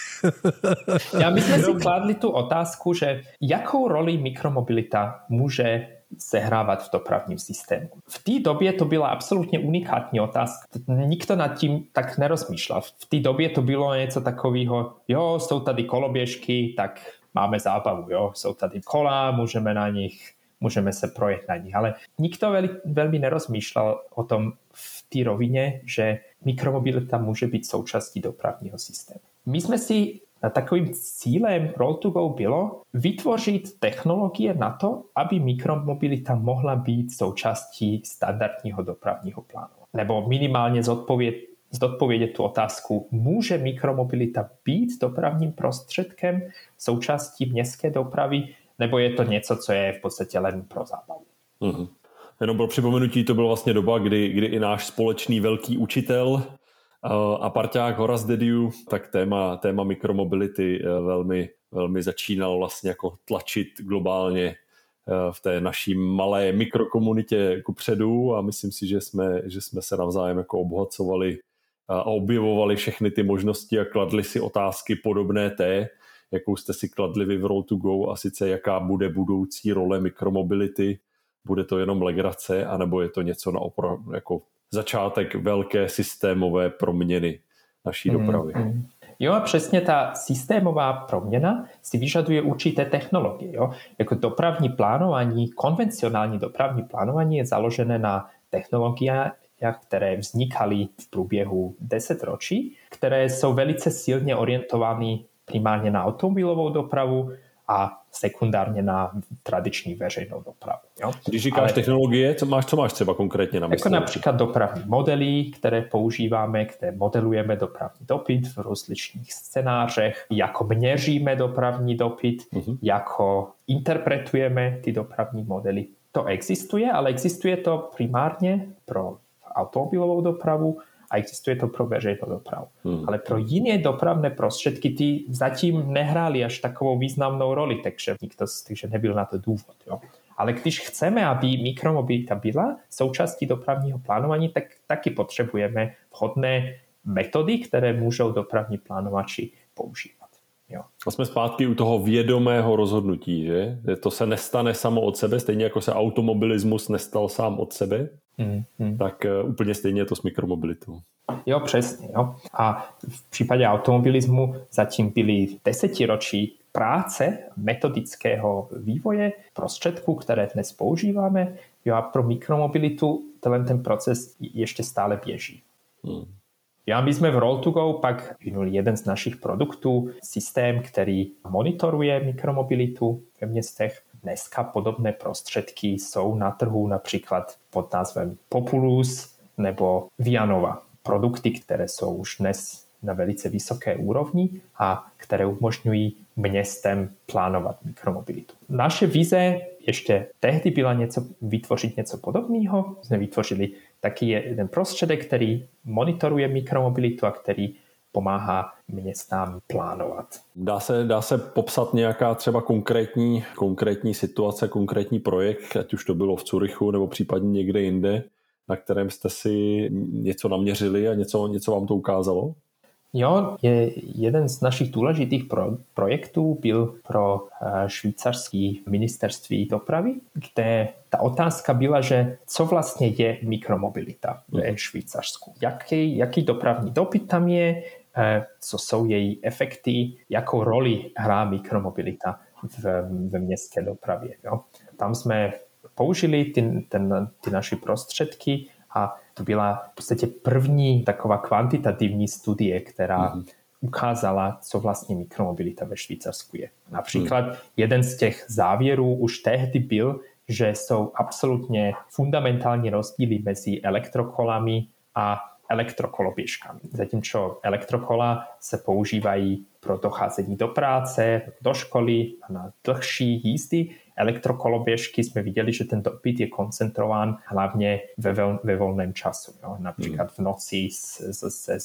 Ja, my sme si kládli tu otázku, že jakou roli mikromobilita může sehrávat v dopravním systému. V té době to byla absolutně unikátní otázka. Nikto nad tím tak nerozmýšľal. V té době to bylo něco takového, jo, jsou tady koloběžky, tak máme zábavu, jo, jsou tady kola, můžeme na nich, můžeme se projet na nich, ale nikto veľmi, veľmi nerozmýšľal o tom v té rovině, že mikromobilita může být součástí dopravního systému. My jsme si takovým cílem Roll to Go bylo vytvořit technologie na to, aby mikromobilita mohla být součástí standardního dopravního plánu. Nebo minimálně zodpověd, zodpovědět tu otázku, může mikromobilita být dopravním prostředkem součástí městské dopravy, nebo je to něco, co je v podstatě len pro zábavu. Mm-hmm. Jenom pro připomenutí, to byla vlastně doba, kdy, kdy i náš společný velký učitel a parťák Horace Dediu, tak téma, téma mikromobility velmi, velmi začínal vlastně jako tlačit globálně v té naší malé mikrokomunitě kupředu a myslím si, že jsme, že jsme se navzájem jako obohacovali a objevovali všechny ty možnosti a kladli si otázky podobné té, jakou jste si kladli vy v Roll to Go, a sice jaká bude budoucí role mikromobility. Bude to jenom legrace, anebo je to něco na opravdu jako začátek velké systémové proměny naší dopravy. Mm, mm. Jo a přesně ta systémová proměna si vyžaduje určité technologie. Jo? Jako dopravní plánování, konvencionální dopravní plánování je založené na technologiách, které vznikaly v průběhu desetiletí, které jsou velice silně orientovány primárně na automobilovou dopravu a sekundárně na tradiční veřejnou dopravu. Jo? Když říkáš Ale, technologie, co máš, co máš třeba konkrétně na mysli? Jako například dopravní modely, které používáme, které modelujeme dopravní dopyt v rozličných scénářech, jako měříme dopravní dopyt, uh-huh. jako interpretujeme ty dopravní modely. To existuje, ale existuje to primárně pro automobilovou dopravu a existuje to pro veřejnou dopravu. Hmm. Ale pro jiné dopravné prostředky ty zatím nehrály až takovou významnou roli, takže nikto takže nebyl na to důvod. Jo. Ale když chceme, aby mikromobilita byla součástí dopravního plánování, tak taky potřebujeme vhodné metody, které můžou dopravní plánovači používat. Jo. A jsme zpátky u toho vědomého rozhodnutí, že? To se nestane samo od sebe, stejně jako se automobilismus nestal sám od sebe, mm, mm. tak uh, úplně stejně je to s mikromobilitou. Jo, přesně. Jo. A v případě automobilismu zatím byly desetiročí práce metodického vývoje prostředků, které dnes používáme. Jo, a pro mikromobilitu ten, ten proces ještě stále běží. Hmm. Jo, a my jsme v roll to go pak vynuli jeden z našich produktů, systém, který monitoruje mikromobilitu ve městech. Dneska podobné prostředky jsou na trhu například pod názvem Populus nebo Vianova. Produkty, které jsou už dnes na velice vysoké úrovni a které umožňují městem plánovat mikromobilitu. Naše vize ještě tehdy byla něco, vytvořit něco podobného. Jsme vytvořili taký jeden prostředek, který monitoruje mikromobilitu a který pomáhá městám plánovat. Dá se, dá se popsat nějaká třeba konkrétní, konkrétní situace, konkrétní projekt, ať už to bylo v Curychu nebo případně někde jinde, na kterém jste si něco naměřili a něco, něco vám to ukázalo? Jo, je, jeden z našich důležitých pro, projektů byl pro švýcarské ministerství dopravy, kde ta otázka byla, že co vlastně je mikromobilita ve Švýcarsku. Jaký, jaký dopravní dopyt tam je, co jsou její efekty, jakou roli hrá mikromobilita v, ve městské dopravě. Jo. Tam jsme použili ty, ten, ty naše prostředky a to byla v podstatě první taková kvantitativní studie, která mm. ukázala, co vlastně mikromobilita ve Švýcarsku je. Například mm. jeden z těch závěrů už tehdy byl, že jsou absolutně fundamentální rozdíly mezi elektrokolami a elektrokoloběžkami. Zatímco elektrokola se používají pro docházení do práce, do školy a na dlhší jízdy. Elektrokoloběžky jsme viděli, že ten dopyt je koncentrován hlavně ve, vol, ve volném času. Jo? Například v noci ze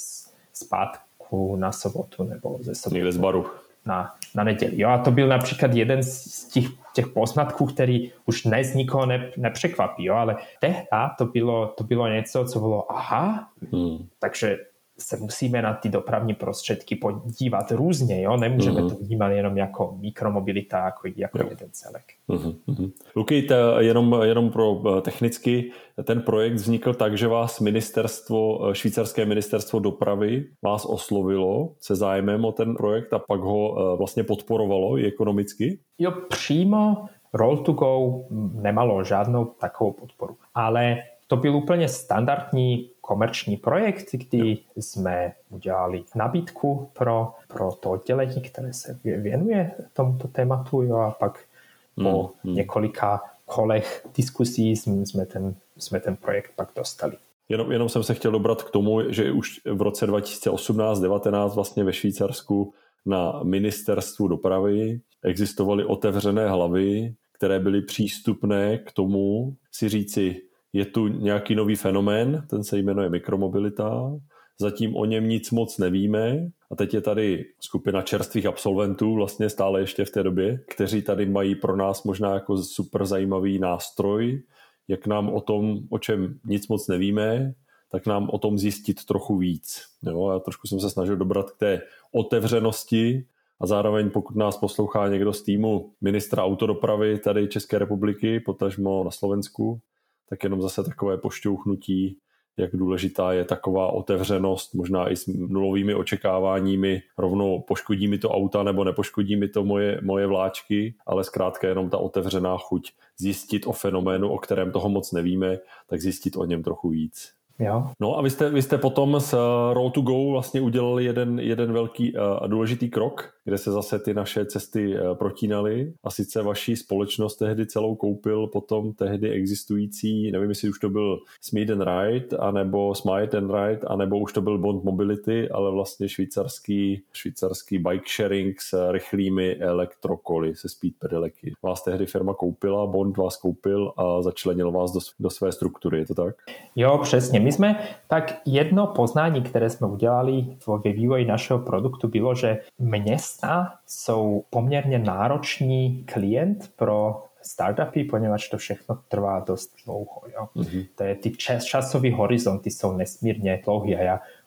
zpátku na sobotu nebo ze sobotu. Někde z baru. Na, na neděli. Jo? A to byl například jeden z těch, těch poznatků, který už dnes nikoho ne, nepřekvapí. Jo? Ale tehdy to bylo, to bylo něco, co bylo aha, hmm. takže se musíme na ty dopravní prostředky podívat různě. Jo? Nemůžeme uh-huh. to vnímat jenom jako mikromobilita, jako, jako jeden celek. Uh-huh. Luky, jenom, jenom pro technicky, ten projekt vznikl tak, že vás ministerstvo, švýcarské ministerstvo dopravy vás oslovilo se zájmem o ten projekt a pak ho vlastně podporovalo i ekonomicky? Jo, přímo roll to go nemalo žádnou takovou podporu. Ale to byl úplně standardní komerční projekt, kdy jsme udělali nabídku pro, pro to oddělení, které se věnuje tomuto tématu, jo, a pak po hmm. několika kolech diskusí jsme ten, jsme ten projekt pak dostali. Jenom, jenom jsem se chtěl dobrat k tomu, že už v roce dva tisíce osmnáct devatenáct vlastně ve Švýcarsku na ministerstvu dopravy existovaly otevřené hlavy, které byly přístupné k tomu si říci, je tu nějaký nový fenomén, ten se jmenuje mikromobilita, zatím o něm nic moc nevíme a teď je tady skupina čerstvých absolventů, vlastně stále ještě v té době, kteří tady mají pro nás možná jako super zajímavý nástroj, jak nám o tom, o čem nic moc nevíme, tak nám o tom zjistit trochu víc. Jo, já trošku jsem se snažil dobrat k té otevřenosti a zároveň pokud nás poslouchá někdo z týmu ministra autodopravy tady České republiky, potažmo na Slovensku, tak jenom zase takové pošťouchnutí, jak důležitá je taková otevřenost, možná i s nulovými očekáváními, rovnou poškodí mi to auta nebo nepoškodí mi to moje, moje vláčky, ale zkrátka jenom ta otevřená chuť zjistit o fenoménu, o kterém toho moc nevíme, tak zjistit o něm trochu víc. Jo. No a vy jste, vy jste potom s Roll to Go vlastně udělali jeden, jeden velký a důležitý krok, kde se zase ty naše cesty protínaly a sice vaši společnost tehdy celou koupil potom tehdy existující, nevím, jestli už to byl Smith and Wright, anebo Smith and Wright, anebo už to byl Bond Mobility, ale vlastně švýcarský, švýcarský bike sharing s rychlými elektrokoly, se speed pedeleky. Vás tehdy firma koupila, Bond vás koupil a začlenil vás do, do své struktury, je to tak? Jo, přesně. My jsme tak jedno poznání, které jsme udělali ve vývoji našeho produktu, bylo, že města jsou poměrně náročný klient pro startupy, poněvadž to všechno trvá dost dlouho. Jo? Mm-hmm. To je, ty čas, časové horizonty jsou nesmírně dlouhé a já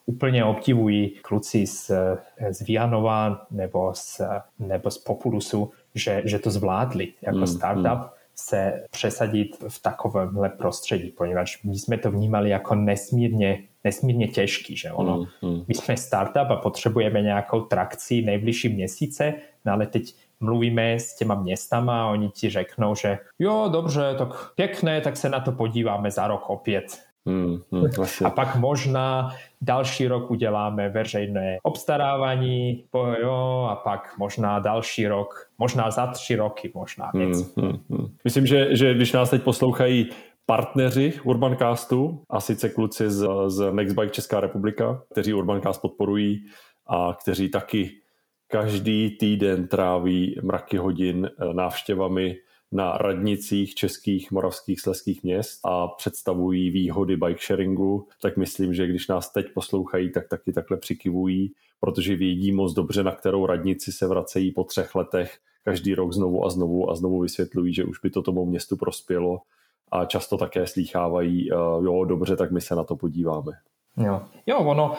úplně obdivují kluci z, z Vianova nebo z, nebo z Populusu, že, že to zvládli jako mm, startup mm. se přesadit v takovémhle prostředí, poněvadž my jsme to vnímali jako nesmírně, nesmírně těžký, že ono, mm, mm. my jsme startup a potřebujeme nějakou trakci nejbližší měsíce, no ale teď mluvíme s těma městama a oni ti řeknou, že jo, dobře, tak pěkné, tak se na to podíváme za rok opět. Hmm, hmm, a pak možná další rok uděláme veřejné obstarávání, jo, a pak možná další rok, možná za tři roky, možná věc. Hmm, hmm, hmm. Myslím, že, že když nás teď poslouchají partneři Urbancastu, a sice kluci z, z Nextbike Česká republika, kteří Urbancast podporují a kteří taky každý týden tráví mraky hodin návštěvami na radnicích českých, moravských, slezských měst a představují výhody bike sharingu, tak myslím, že když nás teď poslouchají, tak taky takhle přikivují, protože vědí moc dobře, na kterou radnici se vracejí po třech letech každý rok znovu a znovu a znovu vysvětlují, že už by to tomu městu prospělo a často také slýchávají, jo, dobře, tak my se na to podíváme. Jo, jo ono,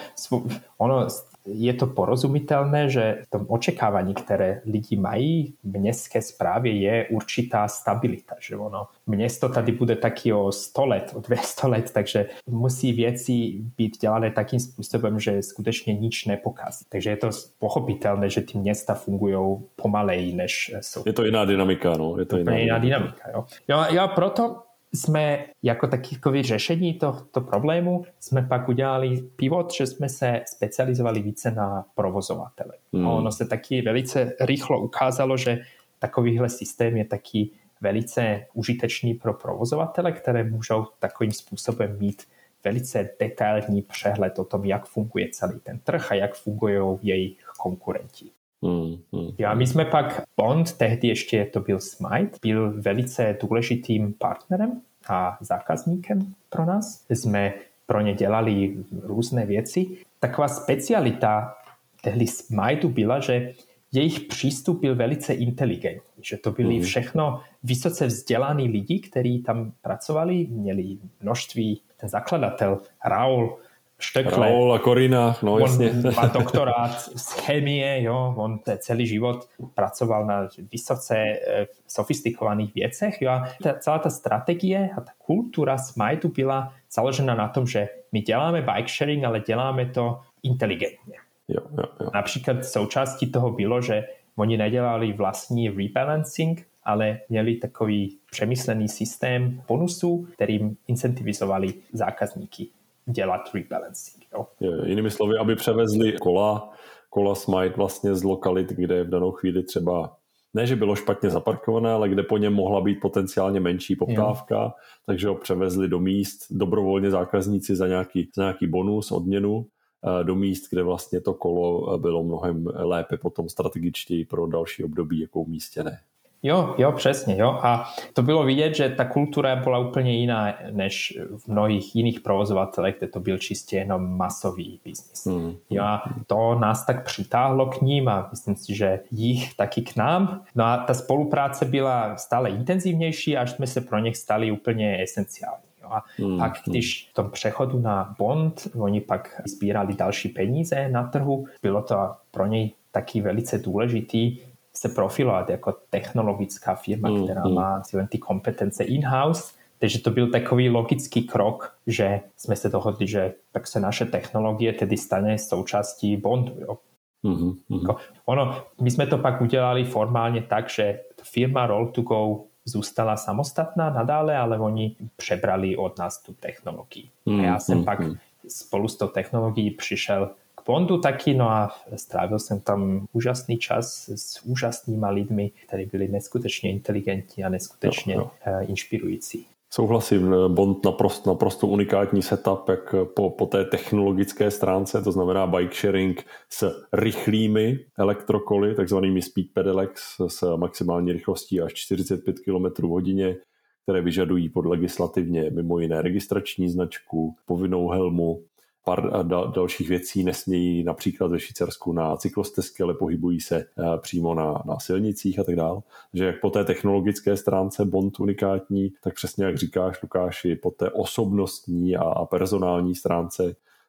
ono je to porozumitelné, že v tom očekávaní, které lidi mají v městské správě, je určitá stabilita. Že ono, město tady bude taky o sto let, o dvěsto let, takže musí věci být dělané takým způsobem, že skutečně nič nepokazí. Takže je to pochopitelné, že ty města fungují pomaleji, než jsou. Je to jiná dynamika, no. Je to jiná, jiná dynamika. Jo. Jo, jo, proto jsme jako takové řešení tohto problému jsme pak udělali pivot, že jsme se specializovali více na provozovatele. Hmm. Ono se taky velice rychlo ukázalo, že takovýhle systém je taky velice užitečný pro provozovatele, které můžou takovým způsobem mít velice detailní přehled o tom, jak funguje celý ten trh a jak fungují jejich konkurenti. Hmm, hmm. A my jsme pak Bond, tehdy ještě to byl Smite, byl velice důležitým partnerem a zákazníkem pro nás. Jsme pro ně dělali různé věci. Taková specialita tehdy Smiteu byla, že jejich přístup byl velice inteligentní, že to byli hmm. všechno vysoce vzdělaní lidi, kteří tam pracovali, měli množství, ten zakladatel Raul Štekle. Raul a Korina, no jasně. On má doktorát z chemie, jo, on celý život pracoval na vysoce e, sofistikovaných věcech, jo, a ta, celá ta strategie a ta kultura Smiteu byla založena na tom, že my děláme bike sharing, ale děláme to inteligentně. Jo, jo, jo. Například součástí toho bylo, že oni nedělali vlastní rebalancing, ale měli takový přemyslený systém bonusů, kterým incentivizovali zákazníky dělat rebalancing. Jo. Je, jinými slovy, aby převezli kola, kola Smite vlastně z lokalit, kde v danou chvíli třeba, ne, že bylo špatně zaparkované, ale kde po něm mohla být potenciálně menší poptávka, jo. Takže ho převezli do míst, dobrovolně zákazníci za nějaký, za nějaký bonus, odměnu, do míst, kde vlastně to kolo bylo mnohem lépe potom strategičtěji pro další období jako umístěné. Jo, jo, přesně, jo. A to bylo vidět, že ta kultura byla úplně jiná než v mnohých jiných provozovatelech, kde to byl čistě jenom masový biznis. Hmm. Jo, a to nás tak přitáhlo k ním a myslím si, že jich taky k nám. No a ta spolupráce byla stále intenzivnější, až jsme se pro něch stali úplně esenciální. A hmm, pak, když v tom přechodu na Bond, oni pak sbírali další peníze na trhu, bylo to pro něj taky velice důležitý se profilovat jako technologická firma, mm, která mm. má ty kompetence in-house. Takže to byl takový logický krok, že jsme se dohodli, že tak se naše technologie tedy stane součástí Bondu. Jo. Mm, mm. Ono, my jsme to pak udělali formálně tak, že firma Roll to Go zůstala samostatná nadále, ale oni přebrali od nás tu technologii. Mm, a já jsem mm, pak mm. spolu s tou technologií přišel k Bondu taky, no a strávil jsem tam úžasný čas s úžasnýma lidmi, kteří byli neskutečně inteligentní a neskutečně jo, jo. inspirující. Souhlasím, Bond naprosto, naprosto unikátní setup, jak po, po té technologické stránce, to znamená bike sharing s rychlými elektrokoly, takzvanými speed pedelecs s maximální rychlostí až čtyřicet pět kilometrů v hodině, které vyžadují pod legislativně mimo jiné registrační značku, povinnou helmu, pár dalších věcí, nesmějí například ve Švýcarsku na cyklostezky, ale pohybují se přímo na, na silnicích a tak dále. Že jak po té technologické stránce Bond unikátní, tak přesně jak říkáš, Lukáši, po té osobnostní a, a personální stránce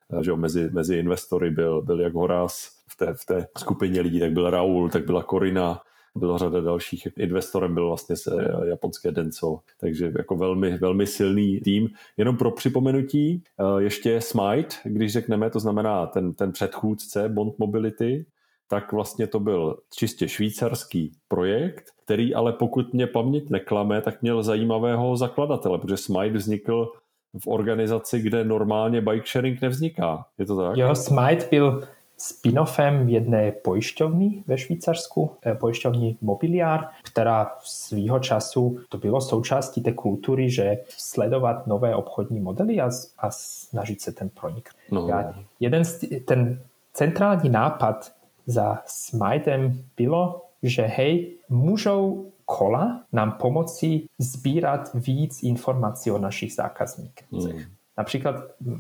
že jo, mezi, mezi investory byl, byl jak Horáz v té, v té skupině lidí, tak byl Raul, tak byla Corina, byla řada dalších. Investorem byl vlastně se japonské Denso, takže jako velmi, velmi silný tým. Jenom pro připomenutí, ještě Smite, když řekneme, to znamená ten, ten předchůdce Bond Mobility, tak vlastně to byl čistě švýcarský projekt, který ale pokud mě paměť neklame, tak měl zajímavého zakladatele, protože Smite vznikl v organizaci, kde normálně bike sharing nevzniká. Je to tak? Jo, Smite byl spin-offem jedné pojišťovny ve Švýcarsku, pojišťovny Mobiliar, která svýho času to bylo součástí té kultury, že sledovat nové obchodní modely a, a snažit se ten pronik. No. Jeden ten centrální nápad za Smitem bylo, že hej, můžou kola nám pomoci sbírat víc informací o našich zákazníkech. Hmm. Například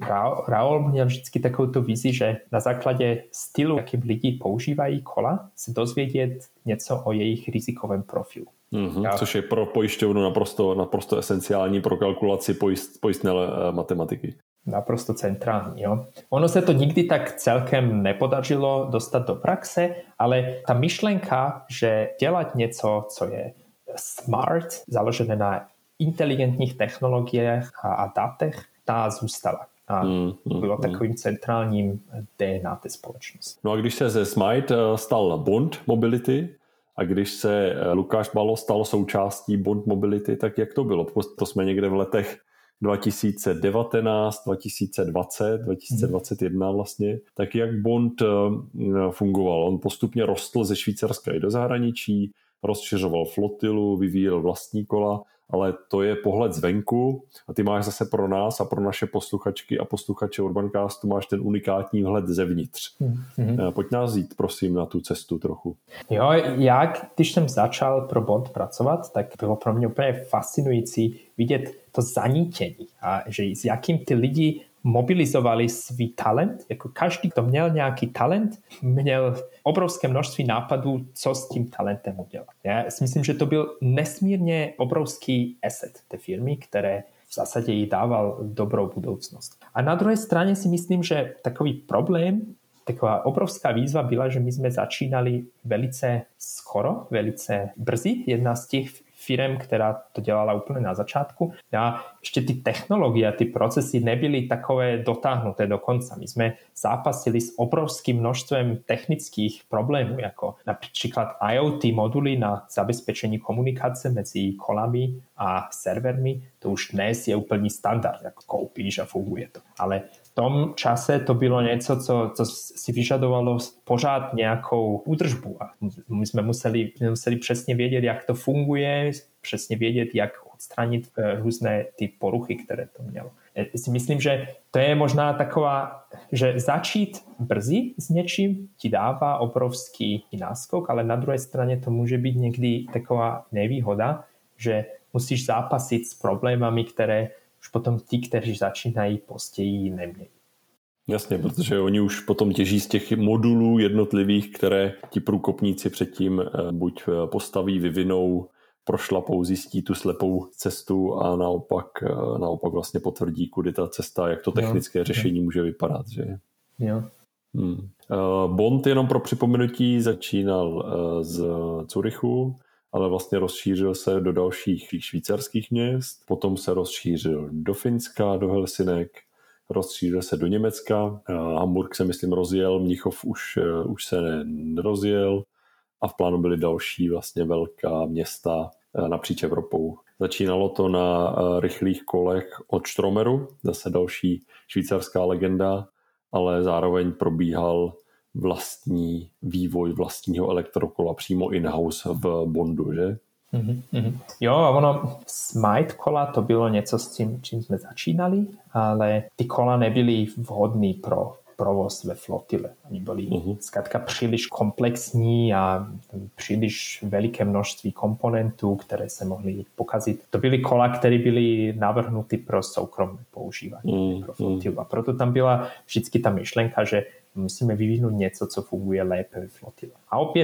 Raul měl vždycky takovou vizi, že na základě stylu, jakým lidi používají kola, se dozvědět něco o jejich rizikovém profilu. Mm-hmm, Já... Což je pro pojišťovnu naprosto, naprosto esenciální pro kalkulaci pojist, pojistné matematiky. Naprosto centrální. Jo. Ono se to nikdy tak celkem nepodařilo dostat do praxe, ale ta myšlenka, že dělat něco, co je smart, založené na inteligentních technologiích a, a datech, ta zůstala. A mm, mm, bylo takovým centrálním D N A té společnosti. No a když se ze Smite stal Bond Mobility a když se Lukáš Balo stal součástí Bond Mobility, tak jak to bylo? To jsme někde v letech dva tisíce devatenáct, dva tisíce dvacet, dva tisíce dvacet jedna vlastně. Tak jak Bond fungoval? On postupně rostl ze Švýcarska i do zahraničí, rozšiřoval flotilu, vyvíjel vlastní kola, ale to je pohled zvenku a ty máš zase pro nás a pro naše posluchačky a posluchače Urbancastu máš ten unikátní vhled zevnitř. Mm-hmm. Pojď nás jít, prosím, na tu cestu trochu. Jo, já, když jsem začal pro Bond pracovat, tak bylo pro mě úplně fascinující vidět to zanítění a že s jakým ty lidi mobilizovali svý talent, jako každý, kdo měl nějaký talent, měl obrovské množství nápadů, co s tím talentem udělat. Já si myslím, že to byl nesmírně obrovský asset té firmy, které v zásadě jí dával dobrou budoucnost. A na druhé straně si myslím, že takový problém, taková obrovská výzva byla, že my jsme začínali velice skoro, velice brzy. Jedna z těch firem, která to dělala úplně na začátku. A ještě ty technologie a ty procesy nebyly takové dotáhnuté do konca. My jsme zápasili s obrovským množstvem technických problémů, jako například I O T moduly na zabezpečení komunikace mezi kolami a servermi. To už dnes je úplný standard, jako koupíš a funguje to. Ale v tom čase to bylo něco, co, co si vyžadovalo pořád nějakou údržbu. A my jsme museli, museli přesně vědět, jak to funguje, přesně vědět, jak odstranit různé ty poruchy, které to mělo. Já si myslím, že to je možná taková, že začít brzy s něčím ti dává obrovský náskok, ale na druhé straně to může být někdy taková nevýhoda, že musíš zápasit s problémami, které už potom ti, kteří začínají později, nemějí. Jasně, protože oni už potom těží z těch modulů jednotlivých, které ti průkopníci předtím buď postaví, vyvinou, prošlapou, zjistí tu slepou cestu a naopak, naopak vlastně potvrdí, kudy ta cesta, jak to technické jo, řešení jo. může vypadat. Že? Jo. Hmm. Bond, jenom pro připomenutí, začínal z Curychu, ale vlastně rozšířil se do dalších švýcarských měst, potom se rozšířil do Finska, do Helsinek, rozšířil se do Německa, Hamburg se myslím rozjel, Mnichov už, už se nerozjel a v plánu byly další vlastně velká města napříč Evropou. Začínalo to na rychlých kolech od Stromeru, zase další švýcarská legenda, ale zároveň probíhal vlastní vývoj vlastního elektrokola přímo in-house v Bondu, že? Mm-hmm. Jo, a ono Smite kola to bylo něco s tím, čím jsme začínali, ale ty kola nebyly vhodný pro provoz ve flotile. Oni byli uh-huh. zkrátka příliš komplexní a příliš veliké množství komponentů, které se mohly pokazit. To byly kola, které byly navrhnuty pro soukromé používání, uh-huh. pro flotilu. A proto tam byla vždycky ta myšlenka, že musíme vyvinout něco, co funguje lépe ve flotile. A opět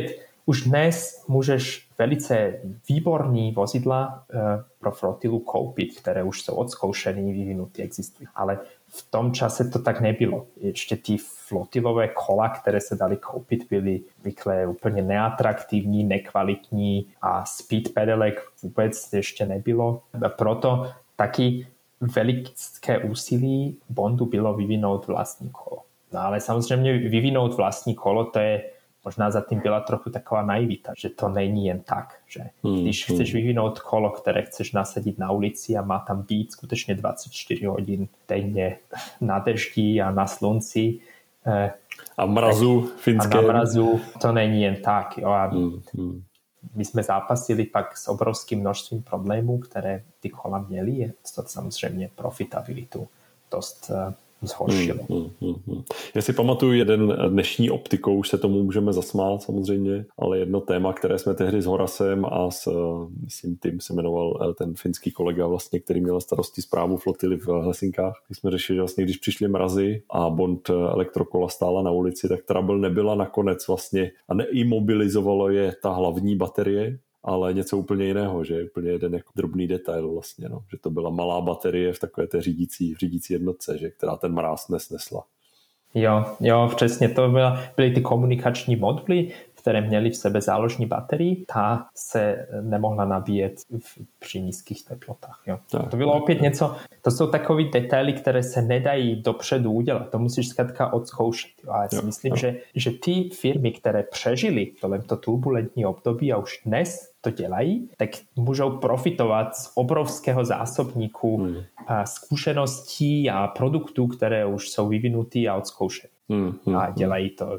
už dnes můžeš velice výborný vozidla pro flotilu koupit, které už jsou odzkoušený, vyvinutý, existují. Ale v tom čase to tak nebylo. Ještě ty flotilové kola, které se dali koupit, byly zvykle úplně neatraktivní, nekvalitní a speed pedelek vůbec ještě nebylo. A proto taky veliké úsilí Bondu bylo vyvinout vlastní kolo. No ale samozřejmě vyvinout vlastní kolo, to je možná za tím byla trochu taková naivita, že to není jen tak, že když hmm, chceš vyvinout kolo, které chceš nasadit na ulici a má tam být skutečně dvacet čtyři hodin denně na deždi a na slunci a mrazu finském. A na mrazu, to není jen tak. Jo. A hmm, hmm. My jsme zápasili pak s obrovským množstvím problémů, které ty kola měly. To samozřejmě profitabilitu dost zhoršilo. Hmm, hmm, hmm. Já si pamatuju jeden dnešní optikou, už se tomu můžeme zasmát samozřejmě, ale jedno téma, které jsme tehdy s Horasem a s, myslím, tím se jmenoval ten finský kolega vlastně, který měl starosti správu flotily v Helsinkách. My jsme řešili, že vlastně, když přišly mrazy a Bond elektrokola stála na ulici, tak trouble nebyla nakonec vlastně a neimobilizovalo je ta hlavní baterie, ale něco úplně jiného, že úplně jeden jako drobný detail vlastně, no. Že to byla malá baterie v takové té řídící, v řídící jednotce, že, která ten mráz nesnesla. Jo, jo, přesně, to byla, byly ty komunikační moduly, které měly v sebe záložní baterii, ta se nemohla nabíjet v, při nízkých teplotách. Jo. Tak, to bylo tak, opět tak. něco, to jsou takové detaily, které se nedají dopředu udělat, to musíš zkrátka odzkoušet. Jo. A já si jo, myslím, jo. Že, že ty firmy, které přežily to turbulentní období a už dnes to dělají, tak můžou profitovat z obrovského zásobníku hmm. a zkušeností a produktů, které už jsou vyvinutý a odzkoušené. Hmm, hmm, a dělají to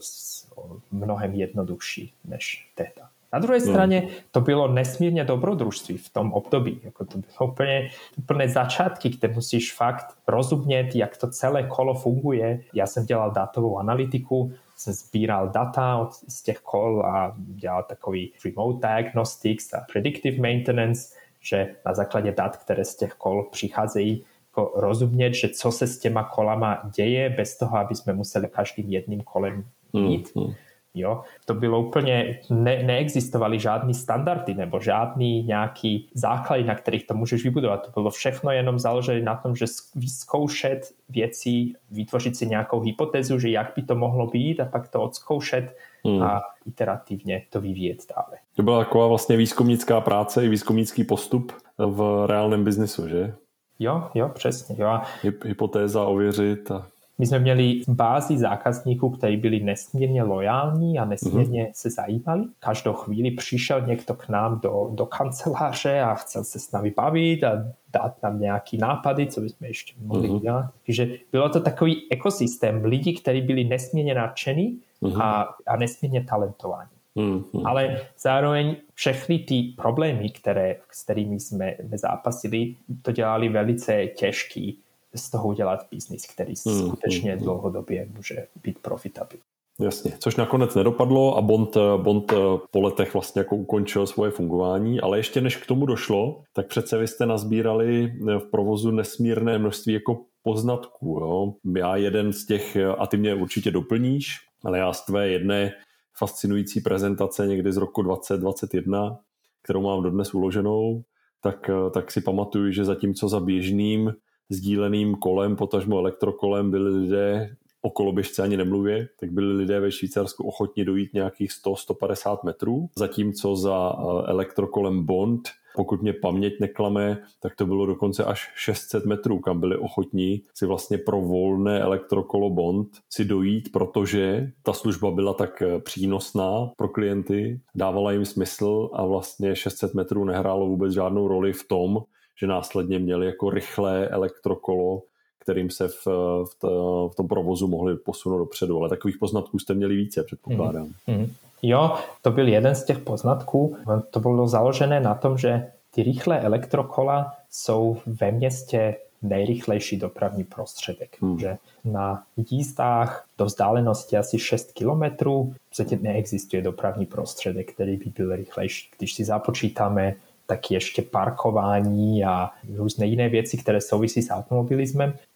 mnohem jednodušší než tehda. Na druhé straně to bylo nesmírně dobrodružství v tom období. Jako to bylo úplně, úplně začátky, kde musíš fakt rozumět, jak to celé kolo funguje. Já jsem dělal datovou analytiku, jsem sbíral data od, z těch kol a dělal takový remote diagnostics a predictive maintenance, že na základě dat, které z těch kol přicházejí, jako rozumět, že co se s těma kolama děje, bez toho, aby jsme museli každým jedným kolem jít. Mm, mm. Jo, to bylo úplně, ne, neexistovaly žádný standardy nebo žádný nějaký základy, na kterých to můžeš vybudovat. To bylo všechno jenom založené na tom, že vyzkoušet věci, vytvořit si nějakou hypotézu, že jak by to mohlo být a pak to odzkoušet hmm. a iterativně to vyvíjet dále. To byla taková vlastně výzkumnická práce i výzkumnický postup v reálném biznesu, že? Jo, jo, přesně. Jo. Hypotéza ověřit a... My jsme měli bázi zákazníků, kteří byli nesmírně lojální a nesmírně mm-hmm. se zajímali. Každou chvíli přišel někdo k nám do, do kanceláře a chcel se s námi bavit a dát nám nějaký nápady, co bychom ještě mohli mm-hmm. udělat. Takže bylo to takový ekosystém lidí, kteří byli nesmírně nadšení mm-hmm. a, a nesmírně talentovaní. Mm-hmm. Ale zároveň všechny ty problémy, které, s kterými jsme zápasili, to dělali velice těžký z toho udělat biznis, který hmm, skutečně hmm, dlouhodobě může být profitabilní. Jasně, což nakonec nedopadlo a Bond, Bond po letech vlastně jako ukončil svoje fungování, ale ještě než k tomu došlo, tak přece vy jste nazbírali v provozu nesmírné množství jako poznatků. Jo? Já jeden z těch, a ty mě určitě doplníš, ale já z tvé jedné fascinující prezentace někdy z roku dvacet dvacet jedna, kterou mám dodnes uloženou, tak, tak si pamatuju, že zatímco za běžným sdíleným kolem, potažmo elektrokolem byli lidé, o koloběžce ani nemluvě, tak byli lidé ve Švýcarsku ochotni dojít nějakých sto až sto padesát metrů, zatímco za elektrokolem Bond, pokud mě paměť neklame, tak to bylo dokonce až šest set metrů, kam byli ochotní si vlastně pro volné elektrokolo Bond si dojít, protože ta služba byla tak přínosná pro klienty, dávala jim smysl a vlastně šest set metrů nehrálo vůbec žádnou roli v tom, že následně měli jako rychlé elektrokolo, kterým se v, v, to, v tom provozu mohli posunout dopředu. Ale takových poznatků jste měli více, předpokládám. Mm-hmm. Jo, to byl jeden z těch poznatků. To bylo založené na tom, že ty rychlé elektrokola jsou ve městě nejrychlejší dopravní prostředek. Hmm. Že na jízdách do vzdálenosti asi šest kilometrů neexistuje dopravní prostředek, který by byl rychlejší. Když si započítáme tak ještě parkování a různé jiné věci, které souvisí s automobilismem, tak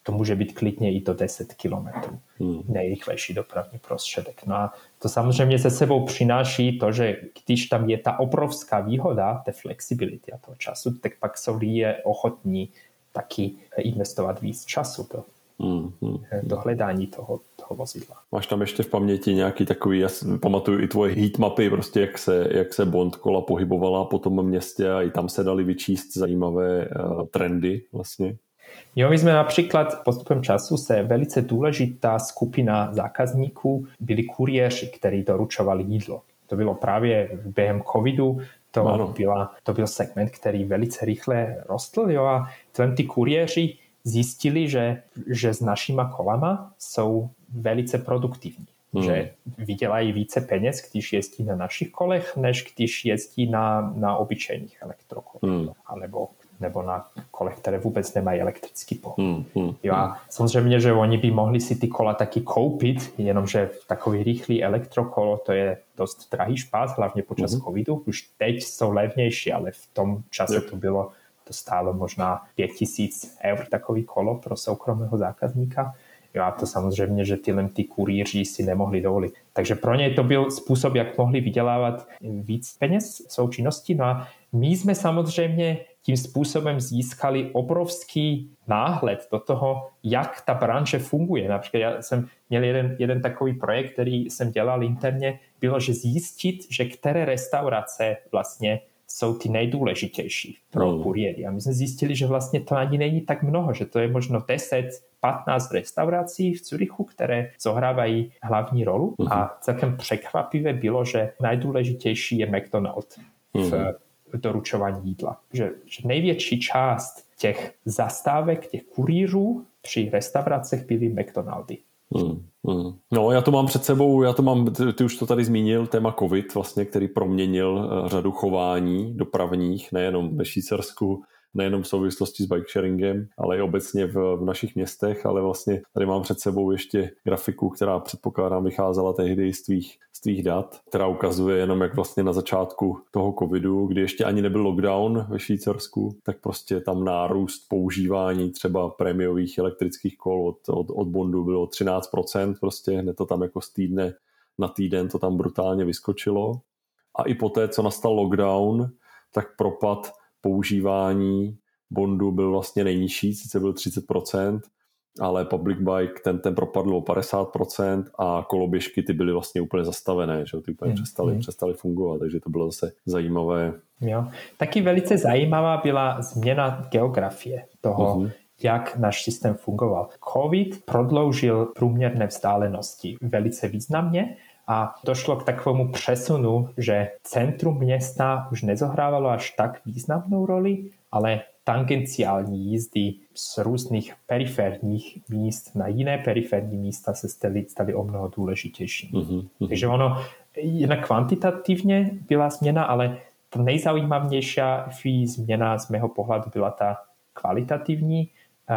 to může být klidně i do deset kilometrů hmm. nejrychlejší dopravní prostředek. No a to samozřejmě se sebou přináší to, že když tam je ta obrovská výhoda té flexibility a toho času, tak pak jsou lidé ochotní taky investovat víc času do, hmm. Hmm. do hledání toho, toho vozidla. Máš tam ještě v paměti nějaký takový, já pamatuju i tvoje heatmapy, prostě jak se, jak se Bond kola pohybovala po tom městě a i tam se dali vyčíst zajímavé uh, trendy vlastně. Jo, my jsme například postupem času se velice důležitá skupina zákazníků byli kuriéři, kteří doručovali jídlo. To bylo právě během covidu, to, byla, to byl segment, který velice rychle rostl, jo, a ty kuriéři zjistili, že, že s našima kolama jsou velice produktivní. Hmm. Že vydělají více peněz, když jezdí na našich kolech, než když jezdí na, na obyčejných elektrokolech. Hmm. Alebo, nebo na kolech, které vůbec nemají elektrický pohon. Hmm. Hmm. Jo, a samozřejmě, že oni by mohli si ty kola taky koupit, jenomže takový rychlý elektrokolo, to je dost drahý špás, hlavně počas hmm. covidu. Už teď jsou levnější, ale v tom čase to bylo to stálo možná pět tisíc eur takový kolo pro soukromého zákazníka. Jo, a to samozřejmě, že tyhle ty kurýři si nemohli dovolit. Takže pro ně to byl způsob, jak mohli vydělávat víc peněz součinnosti. No a my jsme samozřejmě tím způsobem získali obrovský náhled do toho, jak ta branže funguje. Například já jsem měl jeden, jeden takový projekt, který jsem dělal interně, bylo, že zjistit, že které restaurace vlastně jsou ty nejdůležitější pro mm. kuriéry. A my jsme zjistili, že vlastně to ani není tak mnoho, že to je možno deset patnáct restaurací v Curychu, které zohrávají hlavní rolu. Mm. A celkem překvapivé bylo, že nejdůležitější je McDonald's mm. v doručování jídla. Že, že největší část těch zastávek, těch kurýrů při restauracích byly McDonaldy. Hmm, hmm. No, já to mám před sebou, já to mám, ty, ty už to tady zmínil, téma COVID, vlastně, který proměnil uh, řadu chování dopravních, nejenom ve Švýcarsku, nejenom v souvislosti s bike sharingem, ale i obecně v, v našich městech, ale vlastně tady mám před sebou ještě grafiku, která předpokládám vycházela tehdy z tvých, z tvých dat, která ukazuje jenom, jak vlastně na začátku toho covidu, kdy ještě ani nebyl lockdown ve Švýcarsku, tak prostě tam nárůst používání třeba prémiových elektrických kol od, od, od Bondu bylo třináct procent, prostě hned to tam jako z týdne na týden to tam brutálně vyskočilo. A i poté, co nastal lockdown, tak propad používání Bondu byl vlastně nejnižší, sice byl třicet procent, ale public bike ten, ten propadl o padesát procent a koloběžky ty byly vlastně úplně zastavené, že ty úplně hmm. přestaly, přestaly fungovat, takže to bylo zase zajímavé. Jo. Taky velice zajímavá byla změna geografie toho, uh-huh. jak náš systém fungoval. COVID prodloužil průměrné vzdálenosti velice významně a došlo k takovému přesunu, že centrum města už nezohrávalo až tak významnou roli, ale tangenciální jízdy z různých periférních míst na jiné periférní místa se staly, staly o mnoho důležitější. Uh-huh, uh-huh. Takže ono jen kvantitativně byla změna, ale ta nejzajímavější změna z mého pohledu byla ta kvalitativní,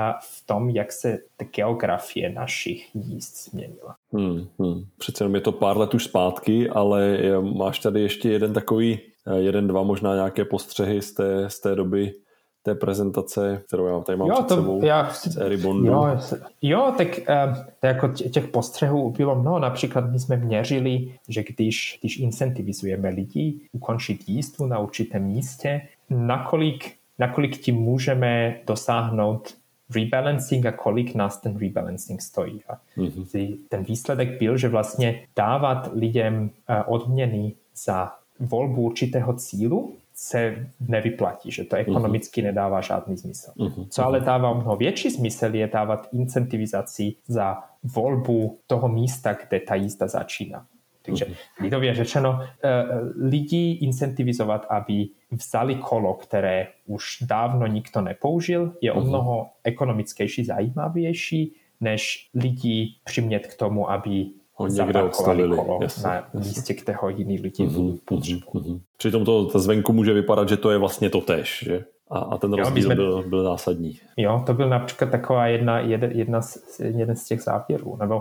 v tom, jak se ta geografie našich jízd změnila. Hmm, hmm. Přece jenom je to pár let už zpátky, ale máš tady ještě jeden takový, jeden, dva možná nějaké postřehy z té, z té doby té prezentace, kterou já tady mám jo, před to, sebou, já, z éry Bondu. Jo, jo tak uh, jako těch postřehů bylo mnoho. Například my jsme měřili, že když, když incentivizujeme lidi ukončit jízdu na určitém místě, nakolik, nakolik tím můžeme dosáhnout rebalancing a kolik nás ten rebalancing stojí. A mm-hmm. ten výsledek byl, že vlastně dávat lidem odměny za volbu určitého cílu se nevyplatí, že to ekonomicky mm-hmm. nedává žádný smysl. Mm-hmm. Co ale dává mnoho větší smysl, je dávat incentivizaci za volbu toho místa, kde ta jízda začíná. Takže lidově řečeno, lidi incentivizovat, aby vzali kolo, které už dávno nikdo nepoužil, je o mnoho ekonomickější, zajímavější, než lidi přimět k tomu, aby zaparkovali kolo jasný, na místě, kde ho jiní lidi uh-huh, potřebují. Uh-huh. Přitom to, to zvenku může vypadat, že to je vlastně to též, že? A, a ten rozdíl jo, jsme, byl, byl zásadní. Jo, to byl například taková jedna, jedna z, jeden z těch závěrů. Nebo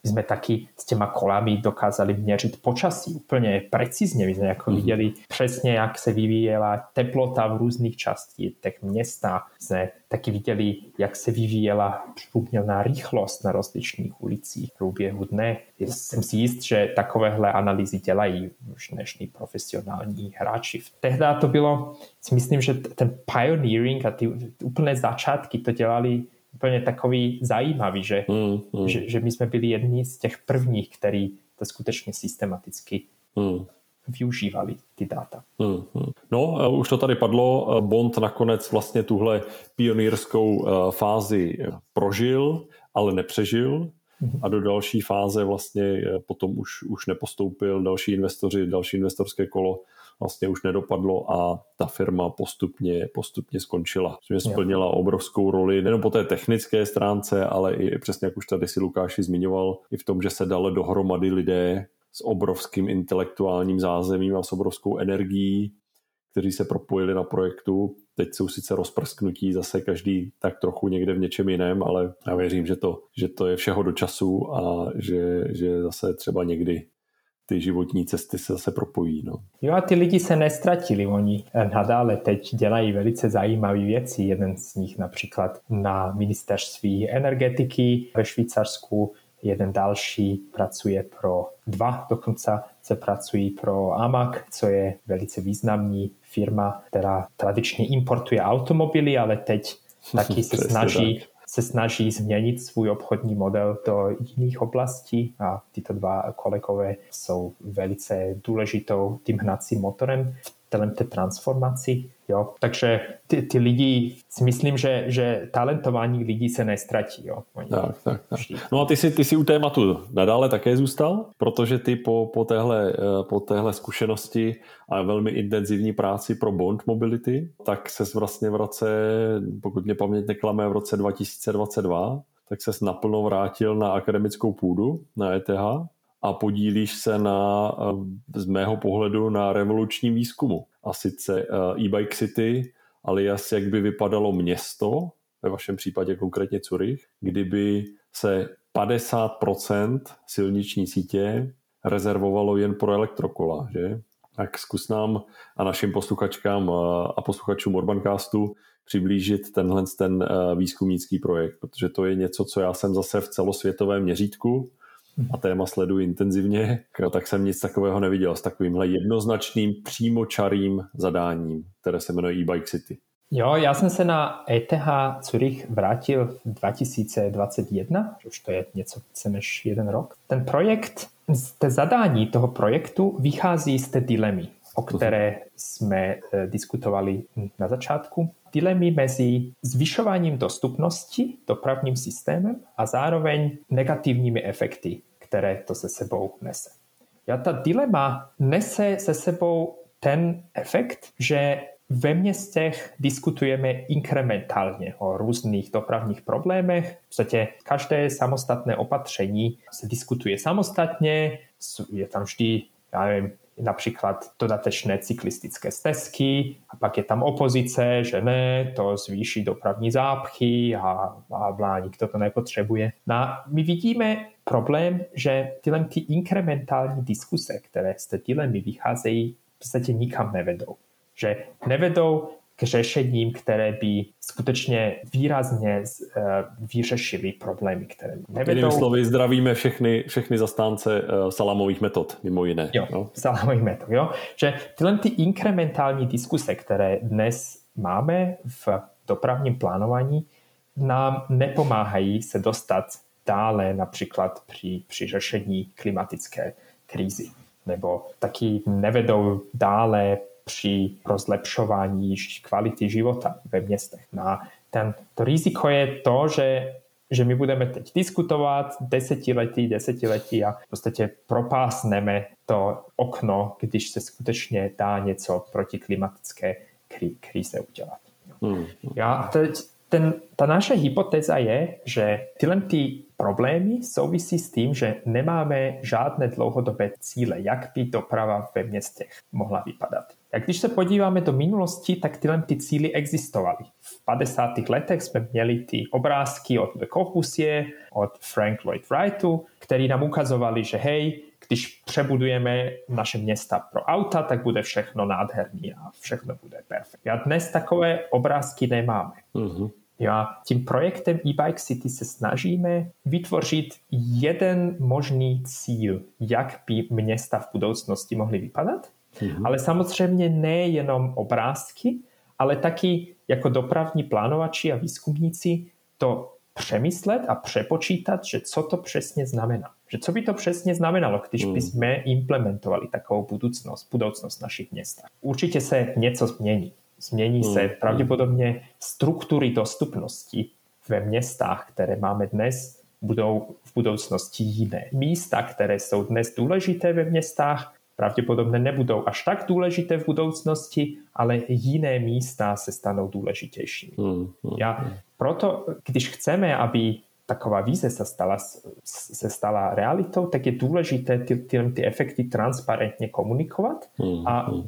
my sme taky s těma kolami dokázali měřit počasí úplně precízně. My jsme jako mm. viděli přesně, jak se vyvíjela teplota v různých částech města. Jsme taky viděli, jak se vyvíjela průměrná rychlost na rozličných ulicích v průběhu dne. Jsem si jist, že takovéhle analýzy dělají už dnešní profesionální hráči. Tehdy to bylo, si myslím, že ten pioneering a ty úplné začátky to dělali úplně takový zajímavý, že, mm, mm. že, že my jsme byli jedni z těch prvních, který to skutečně systematicky mm. využívali ty data. Mm, mm. No, už to tady padlo, Bond nakonec vlastně tuhle pionýrskou fázi prožil, ale nepřežil mm. a do další fáze vlastně potom už, už nepostoupil, další investoři, další investorské kolo vlastně už nedopadlo a ta firma postupně, postupně skončila. Že splnila obrovskou roli nejen po té technické stránce, ale i přesně jak už tady si Lukáši zmiňoval, i v tom, že se dali dohromady lidé s obrovským intelektuálním zázemím a s obrovskou energií, kteří se propojili na projektu. Teď jsou sice rozprsknutí zase každý tak trochu někde v něčem jiném, ale já věřím, že to, že to je všeho do času a že, že zase třeba někdy ty životní cesty se zase propojí. No. Jo, a ty lidi se nestratili, oni nadále teď dělají velice zajímavé věci. Jeden z nich například na ministerství energetiky ve Švýcarsku, jeden další pracuje pro dva, dokonce se pracují pro A M A C, co je velice významný firma, která tradičně importuje automobily, ale teď taky se snaží tak. se snaží změnit svůj obchodní model do jiných oblastí a tyto dva kolegové jsou velice důležitou tím hnacím motorem v té transformaci. Jo? Takže ty, ty lidi, si myslím, že, že talentování lidí se nestratí. Jo? Tak, tak, tak. No a ty jsi, ty jsi u tématu nadále také zůstal, protože ty po, po, téhle, po téhle zkušenosti a velmi intenzivní práci pro Bond Mobility, tak ses vlastně v roce, pokud mě paměť neklame, v roce dva tisíce dvacet dva, tak ses naplno vrátil na akademickou půdu na E T H a podílíš se na, z mého pohledu, na revolučním výzkumu. A sice e-bike city, alias jak by vypadalo město, ve vašem případě konkrétně Curych, kdyby se padesát procent silniční sítě rezervovalo jen pro elektrokola, že? Tak zkus nám a našim posluchačkám a posluchačům Urbancastu přiblížit tenhle ten výzkumnický projekt, protože to je něco, co já jsem zase v celosvětovém měřítku a téma sleduji intenzivně, tak jsem nic takového neviděl s takovýmhle jednoznačným přímočarým zadáním, které se jmenuje e-bike city. Jo, já jsem se na E T H Zurich vrátil v dva tisíce dvacet jedna, už to je něco více než jeden rok. Ten projekt, to zadání toho projektu vychází z té dilemy, o které jsme diskutovali na začátku. Dilemy mezi zvyšováním dostupnosti dopravním systémem a zároveň negativními efekty, které to se sebou nese. A ta dilema nese se sebou ten efekt, že ve městech diskutujeme inkrementálně o různých dopravních problémech. V podstatě každé samostatné opatření se diskutuje samostatně, je tam vždy, já nevím, například dodatečné cyklistické stezky a pak je tam opozice, že ne, to zvýší dopravní zápchy a, a blá, nikdo to nepotřebuje. No a my vidíme problém, že tyhle ty inkrementální diskuse, které z té dilemy vycházejí, v podstatě nikam nevedou. Že nevedou k řešením, které by skutečně výrazně uh, vyřešily problémy, které nevedou. Jinými slovy, zdravíme všechny, všechny zastánce uh, salámových metod, mimo jiné. Jo, no? salámových metod, jo. Že tyhle ty inkrementální diskuse, které dnes máme v dopravním plánování, nám nepomáhají se dostat dále například při, při řešení klimatické krízy. Nebo taky nevedou dále při rozlepšování kvality života ve městech. No a ten, to riziko je to, že, že my budeme teď diskutovat desetiletí, desetiletí a v podstatě propásneme to okno, když se skutečně dá něco proti klimatické krí, kríze udělat. Hmm. Já teď, ten, ta naše hypotéza je, že tyhle ty problémy souvisí s tím, že nemáme žádné dlouhodobé cíle, jak by doprava ve městech mohla vypadat. A když se podíváme do minulosti, tak tyhle ty cíly existovaly. V padesátých letech jsme měli ty obrázky od Le Corbusier, od Frank Lloyd Wrightu, kteří nám ukazovali, že hej, když přebudujeme naše města pro auta, tak bude všechno nádherný a všechno bude perfektní. A dnes takové obrázky nemáme. Uh-huh. Ja, tím projektem e-Bike City se snažíme vytvořit jeden možný cíl, jak by města v budoucnosti mohly vypadat, uh-huh. ale samozřejmě nejenom obrázky, ale taky jako dopravní plánovači a výzkumníci to přemyslet a přepočítat, že co to přesně znamená. Že co by to přesně znamenalo, když mm. bychom implementovali takovou budoucnost, budoucnost našich měst. Určitě se něco změní. Změní mm. se pravděpodobně struktury dostupnosti ve městách, které máme dnes, budou v budoucnosti jiné. Místa, které jsou dnes důležité ve městách, pravděpodobně nebudou až tak důležité v budoucnosti, ale jiné místa se stanou důležitějšími. Mm, mm, Já, proto, když chceme, aby taková vize se stala, se stala realitou, tak je důležité ty, ty, ty efekty transparentně komunikovat mm, a mm.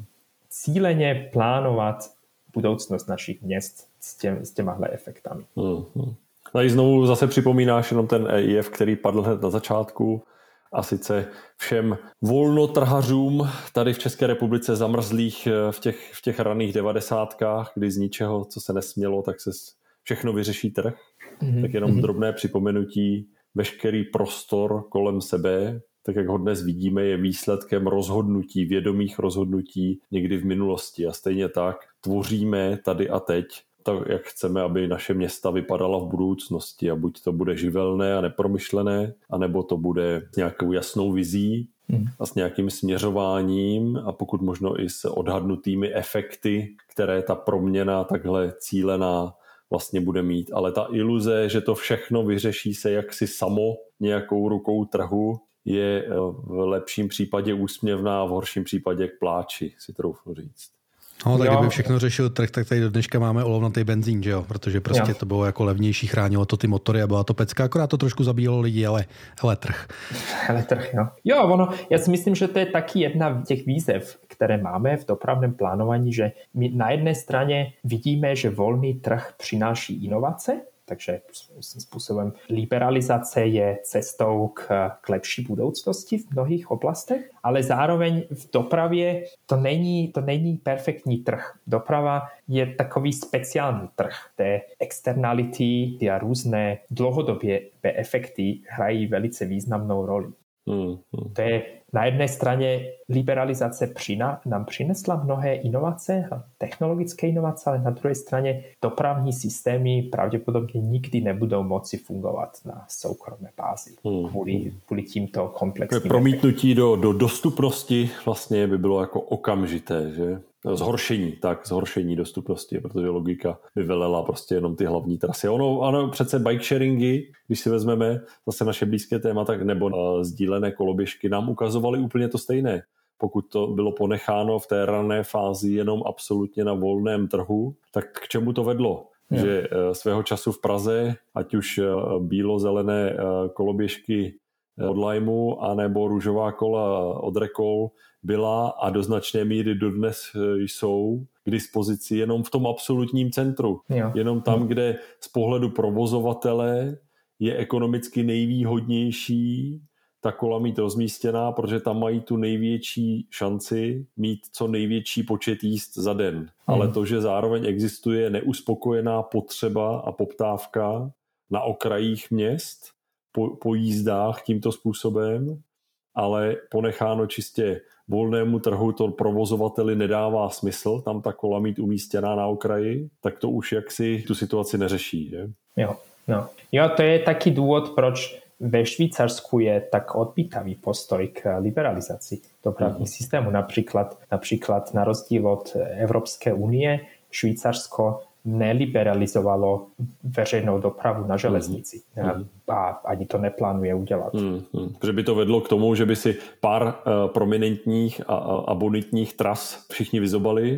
cíleně plánovat budoucnost našich měst s, těm, s těmahle efektami. Mm, mm. Tady znovu zase připomínáš jenom ten E I F, který padl hned na začátku, a sice všem volnotrhařům tady v České republice zamrzlých v těch, v těch raných devadesátkách, kdy z ničeho, co se nesmělo, tak se všechno vyřeší trh. Mm-hmm. Tak jenom drobné připomenutí, veškerý prostor kolem sebe, tak jak ho dnes vidíme, je výsledkem rozhodnutí, vědomých rozhodnutí někdy v minulosti. A stejně tak tvoříme tady a teď tak, jak chceme, aby naše města vypadala v budoucnosti. A buď to bude živelné a nepromyšlené, anebo to bude s nějakou jasnou vizí hmm. a s nějakým směřováním a pokud možno i s odhadnutými efekty, které ta proměna takhle cílená vlastně bude mít. Ale ta iluze, že to všechno vyřeší se jaksi samo nějakou rukou trhu, je v lepším případě úsměvná, v horším případě k pláči, si troufnu říct. No, tak kdyby všechno řešil trh, tak tady do dneška máme olovnatý benzín, že jo? Protože prostě jo. to bylo jako levnější, chránilo to ty motory a byla to pecka, akorát to trošku zabíjelo lidi, ale hele, trh. Hele, trh, jo. Jo, ono, já si myslím, že to je taky jedna z těch výzev, které máme v dopravném plánování, že my na jedné straně vidíme, že volný trh přináší inovace, takže svým způsobem liberalizace je cestou k, k lepší budoucnosti v mnohých oblastech, ale zároveň v dopravě to není, to není perfektní trh. Doprava je takový speciální trh, kde externality a různé dlouhodobé efekty hrají velice významnou roli. Hmm, hmm. To je na jedné straně liberalizace přina, nám přinesla mnohé inovace, technologické inovace, ale na druhé straně dopravní systémy pravděpodobně nikdy nebudou moci fungovat na soukromé bázi hmm. kvůli, kvůli tímto komplexním. Promítnutí do, do dostupnosti vlastně by bylo jako okamžité, že? Zhoršení, tak zhoršení dostupnosti, protože logika by velela prostě jenom ty hlavní trasy. Ono, ano, přece bike sharingy, když si vezmeme zase naše blízké téma, tak nebo uh, sdílené koloběžky nám ukazovaly úplně to stejné. Pokud to bylo ponecháno v té rané fázi jenom absolutně na volném trhu, tak k čemu to vedlo? Je. Že uh, svého času v Praze, ať už uh, bílo-zelené uh, koloběžky od Limeu, anebo růžová kola od Recall byla a do značné míry dodnes jsou k dispozici jenom v tom absolutním centru. Jo. Jenom tam, jo. kde z pohledu provozovatele je ekonomicky nejvýhodnější ta kola mít rozmístěná, protože tam mají tu největší šanci mít co největší počet jízd za den. Hmm. Ale to, že zároveň existuje neuspokojená potřeba a poptávka na okrajích měst po, po jízdách tímto způsobem, ale ponecháno čistě volnému trhu, to provozovateli nedává smysl tam ta kola mít umístěná na okraji, tak to už jaksi tu situaci neřeší. Že? Jo, no. jo, to je taky důvod, proč ve Švýcarsku je tak odmítavý postoj k liberalizaci dopravních mm. systémů. Například, například na rozdíl od Evropské unie, Švýcarsko neliberalizovalo veřejnou dopravu na železnici mm. a ani to neplánuje udělat. Mm. Že by to vedlo k tomu, že by si pár uh, prominentních a, a bonitních tras všichni vyzobali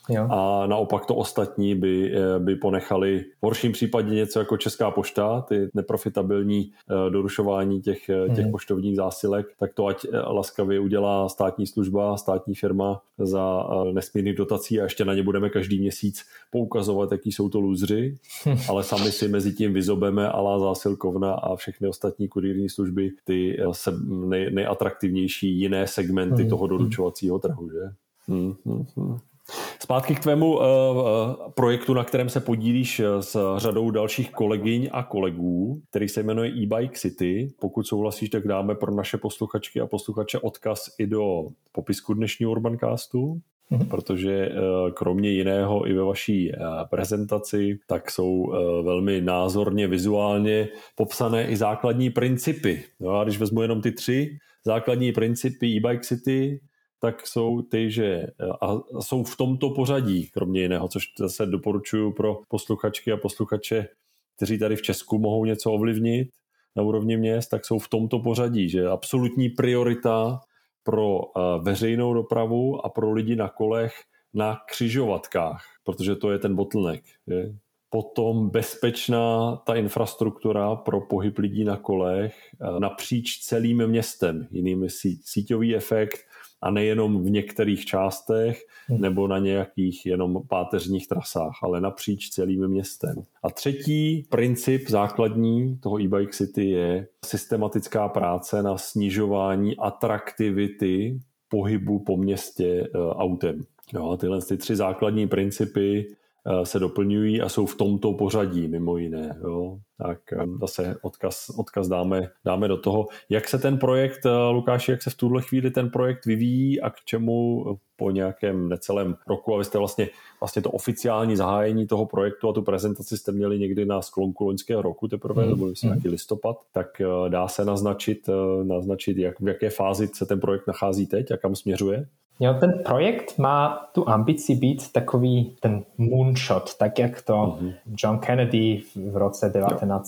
Jo. A naopak to ostatní by, by ponechali v horším případě něco jako Česká pošta, ty neprofitabilní doručování těch, těch poštovních zásilek, tak to ať laskavě udělá státní služba, státní firma za nesmírných dotací a ještě na ně budeme každý měsíc poukazovat, jaký jsou to lůzři, ale sami si mezi tím vyzobeme alá zásilkovna a všechny ostatní kurýrní služby, ty se nej, nejatraktivnější jiné segmenty toho doručovacího trhu, že? Hmm, hmm, hmm. Zpátky k tvému uh, projektu, na kterém se podílíš s řadou dalších kolegyň a kolegů, který se jmenuje e-Bike City. Pokud souhlasíš, tak dáme pro naše posluchačky a posluchače odkaz i do popisku dnešního Urbancastu, mm-hmm. protože uh, kromě jiného i ve vaší uh, prezentaci tak jsou uh, velmi názorně, vizuálně popsané i základní principy. No a když vezmu jenom ty tři základní principy e-Bike City, tak jsou ty, že a jsou v tomto pořadí, kromě jiného, což zase doporučuji pro posluchačky a posluchače, kteří tady v Česku mohou něco ovlivnit na úrovni měst, tak jsou v tomto pořadí, že absolutní priorita pro veřejnou dopravu a pro lidi na kolech na křižovatkách, protože to je ten bottleneck. Je. Potom bezpečná ta infrastruktura pro pohyb lidí na kolech napříč celým městem, jinými sí, síťový efekt, a nejenom v některých částech nebo na nějakých jenom páteřních trasách, ale napříč celým městem. A třetí princip základní toho e-Bike City je systematická práce na snižování atraktivity pohybu po městě autem. No a tyhle ty tři základní principy se doplňují a jsou v tomto pořadí mimo jiné. Jo. Tak zase odkaz, odkaz dáme, dáme do toho. Jak se ten projekt, Lukáši, jak se v tuhle chvíli ten projekt vyvíjí a k čemu po nějakém necelém roku, a vy jste vlastně, vlastně to oficiální zahájení toho projektu a tu prezentaci jste měli někdy na sklonku loňského roku teprve, nebo mm. nějaký listopad, tak dá se naznačit, naznačit jak, v jaké fázi se ten projekt nachází teď a kam směřuje? Jo, ten projekt má tu ambici být takový ten moonshot, tak jak to mm-hmm. John Kennedy v roce devätnásť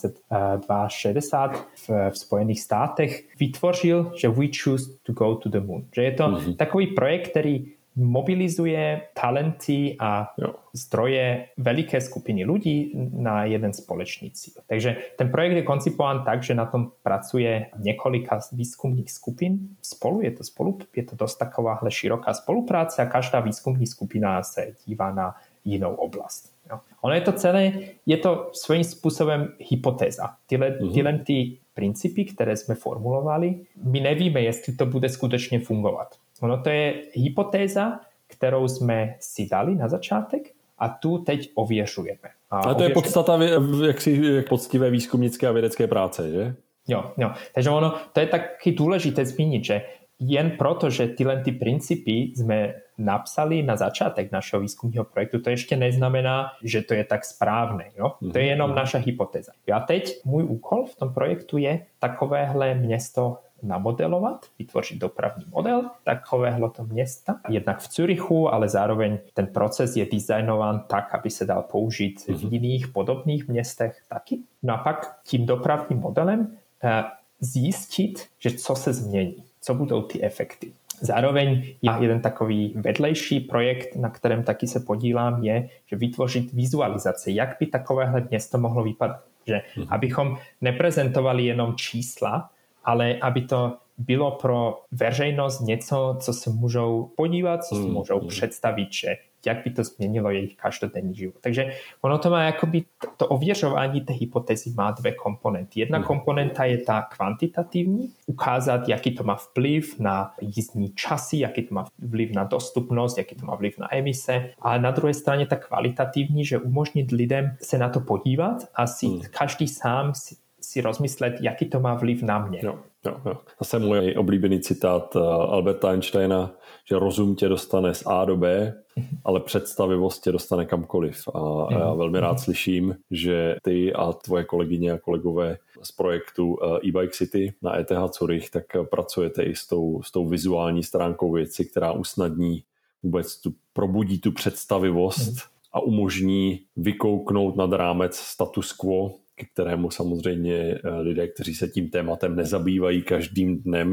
šedesát v, v Spojených státech vytvořil, že we choose to go to the moon. Že je to mm-hmm. takový projekt, který mobilizuje talenty a jo. zdroje veliké skupiny ľudí na jeden společný cíl. Takže ten projekt je koncipován tak, že na tom pracuje několika výzkumných skupin. Spolu je to spolu, je to dost takováhle široká spolupráce a každá výzkumní skupina se dívá na jinou oblast. Jo. Ono je to celé, je to svým způsobem hypotéza. Tyhle, mm-hmm. tyhle ty principy, které jsme formulovali, my nevíme, jestli to bude skutečně fungovat. Ono to je hypotéza, kterou jsme si dali na začátek a tu teď ověřujeme. A, a to ověřujeme. Je podstata jaksi, jak poctivé výzkumnické a vědecké práce, že? Jo, jo. Takže ono, to je taky důležité zmínit, že jen proto, že tyhle ty principy jsme napsali na začátek našeho výzkumného projektu, to ještě neznamená, že to je tak správné. Jo? Mm-hmm. To je jenom naša hypotéza. A teď můj úkol v tom projektu je takovéhle město namodelovat, vytvořit dopravní model takovéhto města. Jednak v Zürichu, ale zároveň ten proces je designován tak, aby se dal použít mm-hmm. v jiných podobných městech taky. No a pak tím dopravním modelem uh, zjistit, že co se změní, co budou ty efekty. Zároveň je jeden takový vedlejší projekt, na kterém taky se podílám, je, že vytvořit vizualizace, jak by takovéhle město mohlo vypadat. Že mm-hmm. abychom neprezentovali jenom čísla, ale aby to bylo pro veřejnost něco, co se můžou podívat, co si mm, můžou mm. představit, že jak by to změnilo jejich každodenní život. Takže ono to má jakoby, to ověřování té hypotézy má dvě komponenty. Jedna mm. komponenta je ta kvantitativní, ukázat, jaký to má vliv na jízdní časy, jaký to má vliv na dostupnost, jaký to má vliv na emise. A na druhé straně ta kvalitativní, že umožnit lidem se na to podívat a si mm. každý sám si si rozmyslet, jaký to má vliv na mě. Jo, jo, jo. Zase můj oblíbený citát Alberta Einsteina, že rozum tě dostane z A do B, ale představivost tě dostane kamkoliv. A já velmi rád slyším, že ty a tvoje kolegyně a kolegové z projektu e-Bike City na E T H Zurich, tak pracujete i s tou, s tou vizuální stránkou věci, která usnadní vůbec tu, probudí tu představivost a umožní vykouknout nad rámec status quo, ke kterému samozřejmě lidé, kteří se tím tématem nezabývají každým dnem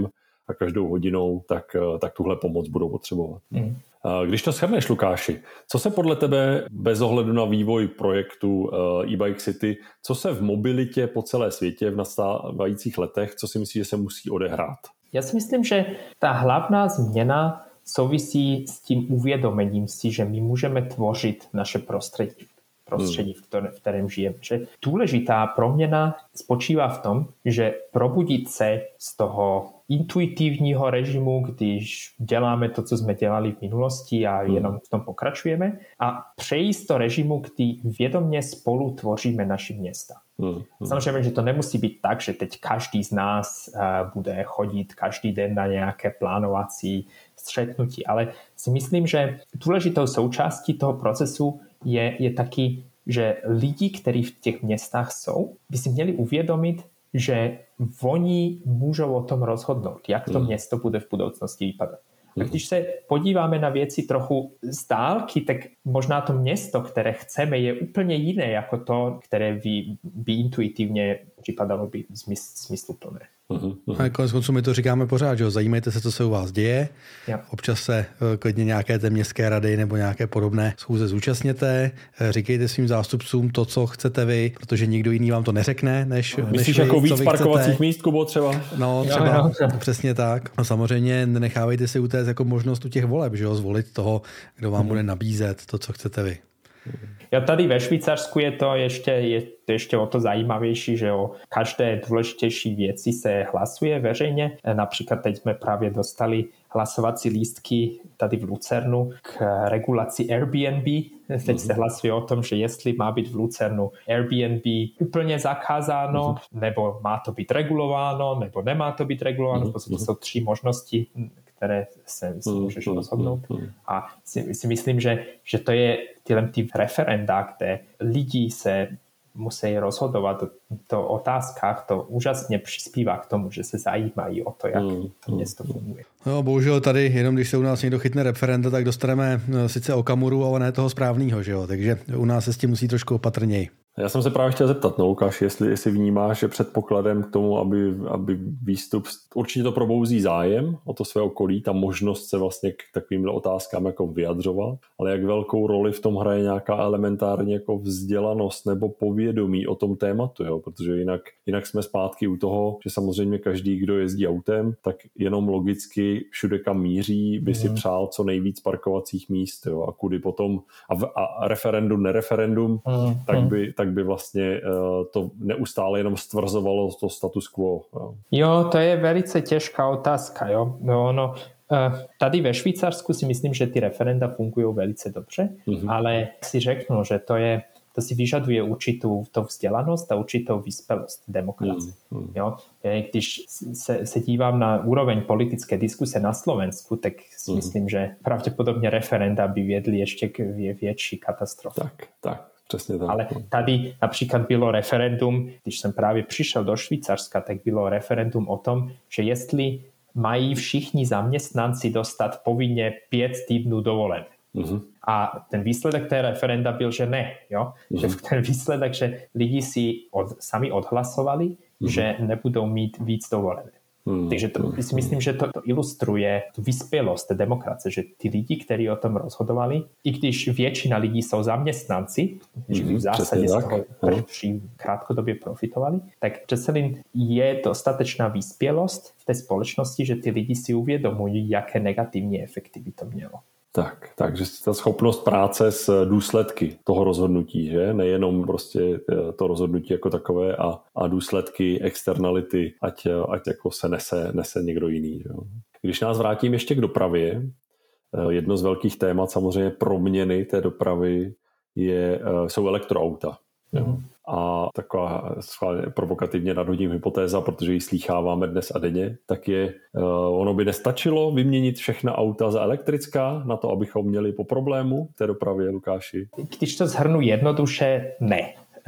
a každou hodinou, tak, tak tuhle pomoc budou potřebovat. Mm. Když to shrneš, Lukáši, co se podle tebe bez ohledu na vývoj projektu e-Bike City, co se v mobilitě po celé světě v nastávajících letech, co si myslíš, že se musí odehrát? Já si myslím, že ta hlavná změna souvisí s tím uvědomením si, že my můžeme tvořit naše prostředí. prostředí, v kterém, v kterém žijeme. Že důležitá proměna spočívá v tom, že probudit se z toho intuitivního režimu, když děláme to, co jsme dělali v minulosti a jenom v tom pokračujeme, a přejít do režimu, kdy vědomě spolu tvoříme naše města. Hmm. Samozřejmě, že to nemusí být tak, že teď každý z nás uh, bude chodit každý den na nějaké plánovací střetnutí, ale si myslím, že důležitou součástí toho procesu je, je taky, že lidi, kteří v těch městách jsou, by si měli uvědomit, že oni můžou o tom rozhodnout, jak to město bude v budoucnosti vypadat. A když se podíváme na věci trochu z dálky, tak možná to město, které chceme, je úplně jiné jako to, které by, by intuitivně připadalo by smysl, smysluplné. Uh-huh. A konec konců my to říkáme pořád, že jo? Zajímejte se, co se u vás děje. Ja. Občas se klidně nějaké té městské rady nebo nějaké podobné schůze zúčastněte. Říkejte svým zástupcům to, co chcete vy, protože nikdo jiný vám to neřekne, než, uh-huh. než Myslíš vy, jako víc vy parkovacích míst, Kubo, třeba? No, třeba, jo, jo. Přesně tak. A samozřejmě nenechávejte si utéct jako možnost u těch voleb, že jo? Zvolit toho, kdo vám uh-huh. bude nabízet to, co chcete vy. Ja tady ve Švýcarsku je to ještě, je to ještě o to zajímavější, že o každé důležitější věci se hlasuje veřejně. Například teď jsme právě dostali hlasovací lístky tady v Lucernu k regulaci Airbnb. Teď se hlasuje o tom, že jestli má být v Lucernu Airbnb úplně zakázáno, nebo má to být regulováno, nebo nemá to být regulováno. V podstatě jsou tři možnosti, které se, se můžeš rozhodnout. A si, si myslím, že, že to je tyhle ty referenda, kde lidi se musí rozhodovat o otázkách, to úžasně přispívá k tomu, že se zajímají o to, jak to město funguje. No, bohužel tady, jenom když se u nás někdo chytne referenda, tak dostaneme sice Okamuru, ale ne toho správného, že jo? Takže u nás se s tím musí trošku opatrněji. Já jsem se právě chtěl zeptat, no, Lukáš, jestli, jestli vnímáš, že předpokladem k tomu, aby, aby výstup, určitě to probouzí zájem o to své okolí, ta možnost se vlastně k takovým otázkám jako vyjadřovat, ale jak velkou roli v tom hraje nějaká elementární jako vzdělanost nebo povědomí o tom tématu, jo? Protože jinak, jinak jsme zpátky u toho, že samozřejmě každý, kdo jezdí autem, tak jenom logicky všude, kam míří, by mm. si přál co nejvíc parkovacích míst, jo? A kudy potom, a, v, a referendum, nereferendum, mm. tak by tak by vlastně uh, to neustále jenom stvrzovalo to status quo. Jo, jo to je velice těžká otázka. Jo? No, no, uh, tady ve Švýcarsku si myslím, že ty referenda fungují velice dobře, mm-hmm. ale si řeknu, že to je to si vyžaduje určitou to vzdělanost a určitou vyspelost demokracie. Mm, mm. Jo? Když se, se dívám na úroveň politické diskuse na Slovensku, tak si mm. myslím, že pravděpodobně referenda by viedli ještě k větší katastrofě. Tak, tak. Přesně tak. Ale tady například bylo referendum, když jsem právě přišel do Švýcarska, tak bylo referendum o tom, že jestli mají všichni zaměstnanci dostat povinně pět týdnů dovolené. Uh-huh. A ten výsledek té referenda byl, že ne. Jo? Uh-huh. Že ten výsledek, že lidi si od, sami odhlasovali, uh-huh. že nebudou mít víc dovolené. Hmm. Takže to, si myslím, že to, to ilustruje tu vyspělost té demokracie, že ty lidi, kteří o tom rozhodovali, i když většina lidí jsou zaměstnanci, hmm. že v zásadě z toho prvší krátkodobě profitovali, tak přece je dostatečná vyspělost v té společnosti, že ty lidi si uvědomují, jaké negativní efekty by to mělo. Tak, takže ta schopnost práce s důsledky toho rozhodnutí, že? Nejenom prostě to rozhodnutí jako takové a, a důsledky, externality, ať, ať jako se nese, nese někdo jiný. Že? Když nás vrátím ještě k dopravě, jedno z velkých témat samozřejmě proměny té dopravy je, jsou elektroauta. Mm. A taková provokativně nadhodím hypotéza, protože ji slýcháváme dnes a denně, tak je, uh, ono by nestačilo vyměnit všechna auta za elektrická na to, abychom měli po problému té dopravě, Lukáši? Když to shrnu jednoduše, ne.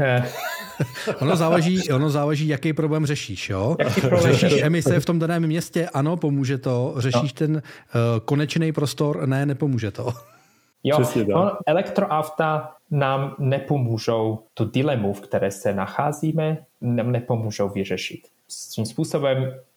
ono, záleží, ono záleží, jaký problém řešíš. Jo? Problém řešíš emise v tom daném městě, ano, pomůže to. Řešíš no. ten uh, konečný prostor, ne, nepomůže to. Jo, no, elektroauta nám nepomůžou tu dilemu, v které se nacházíme, nám nepomůžou vyřešit. S tím způsobem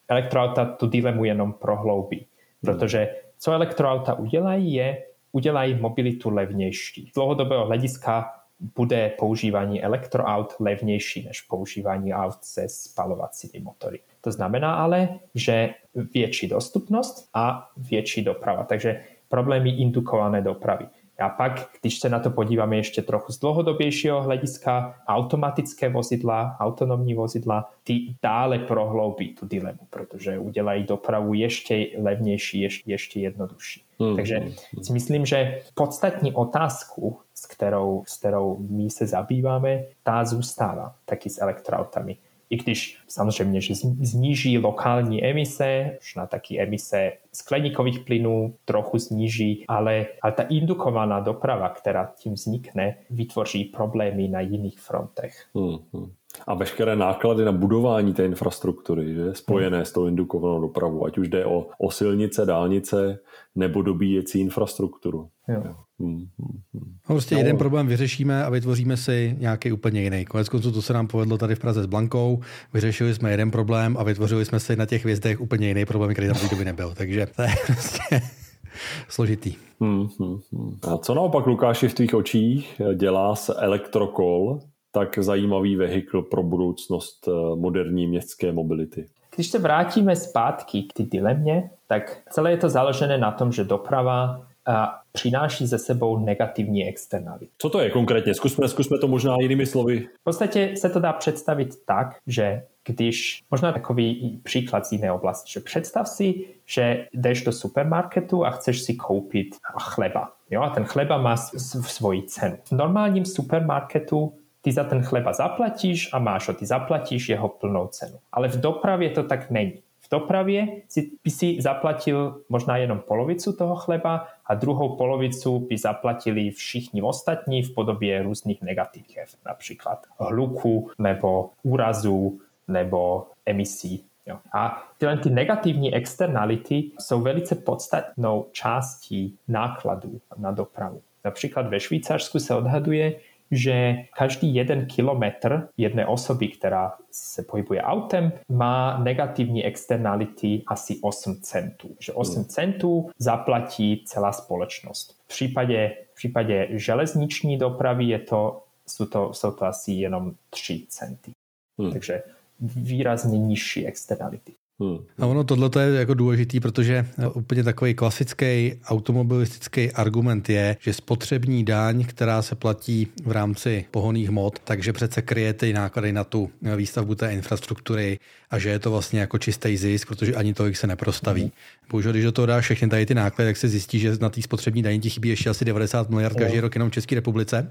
elektroauta tu dilemu jenom prohloubí. Protože co elektroauta udělají je, udělají mobilitu levnější. Z dlouhodobého hlediska bude používání elektroaut levnější než používání aut se spalovacími motory. To znamená ale, že větší dostupnost a větší doprava. Takže problémy indukované dopravy. A pak, když se na to podíváme ještě trochu z dlouhodobějšího hlediska, automatické vozidla, autonomní vozidla, ty dále prohloubí tu dilemu, protože udělají dopravu ještě levnější, ještě, ještě jednodušší. Hmm. Takže si myslím, že podstatní otázku, s kterou, s kterou my se zabýváme, ta zůstává taky s elektroautami. I když samozřejmě, že zníží lokální emise, možná taky emise skleníkových plynů trochu zníží, ale, ale ta indukovaná doprava, která tím vznikne, vytvoří problémy na jiných frontech. Hmm, hmm. A veškeré náklady na budování té infrastruktury, že, spojené hmm. s tou indukovanou dopravou, ať už jde o, o silnice, dálnice nebo dobíjecí infrastrukturu. Jo. Hmm, hmm, hmm. No prostě no. jeden problém vyřešíme a vytvoříme si nějaký úplně jiný. Konec konců to se nám povedlo tady v Praze s Blankou. Vyřešili jsme jeden problém a vytvořili jsme si na těch hvězdech úplně jiný problém, který tam v té době nebyl. Takže to je prostě složitý. Hmm, hmm, hmm. A co naopak, Lukáši, v tvých očích dělá se Electrocall tak zajímavý vehikl pro budoucnost moderní městské mobility? Když se vrátíme zpátky k té dilemě, tak celé je to založené na tom, že doprava a přináší ze sebou negativní externality. Co to je konkrétně? Zkusme, zkusme to možná jinými slovy. V podstatě se to dá představit tak, že když, možná takový příklad z jiné oblasti, že představ si, že jdeš do supermarketu a chceš si koupit chleba. Jo? A ten chleba má svoji cenu. V normálním supermarketu ty za ten chleba zaplatíš a máš ho, ty zaplatíš jeho plnou cenu. Ale v dopravě to tak není. V dopravě si, by si zaplatil možná jenom polovicu toho chleba a druhou polovicu by zaplatili všichni ostatní v podobě různých negativ, například hluku nebo úrazu nebo emisí. Jo. A tyhle ty negativní externality jsou velice podstatnou částí nákladů na dopravu. Například ve Švýcarsku se odhaduje, že každý jeden kilometr jedné osoby, která se pohybuje autem, má negativní externality asi osm centů. Že osm centů zaplatí celá společnost. V případě, v případě železniční dopravy je to, jsou, to, jsou to asi jenom tři centy. Hmm. Takže výrazně nižší externality. Hmm. A ono tohle je jako důležitý, protože úplně takový klasický automobilistický argument je, že spotřební daň, která se platí v rámci pohonných hmot, takže přece kryje ty náklady na tu výstavbu té infrastruktury a že je to vlastně jako čistý zisk, protože ani tolik se neprostaví. Hmm. Bohužel, když do toho dáš všechny tady ty náklady, tak se zjistí, že na té spotřební daní ti chybí ještě asi devadesát miliard každý hmm. rok jenom v České republice.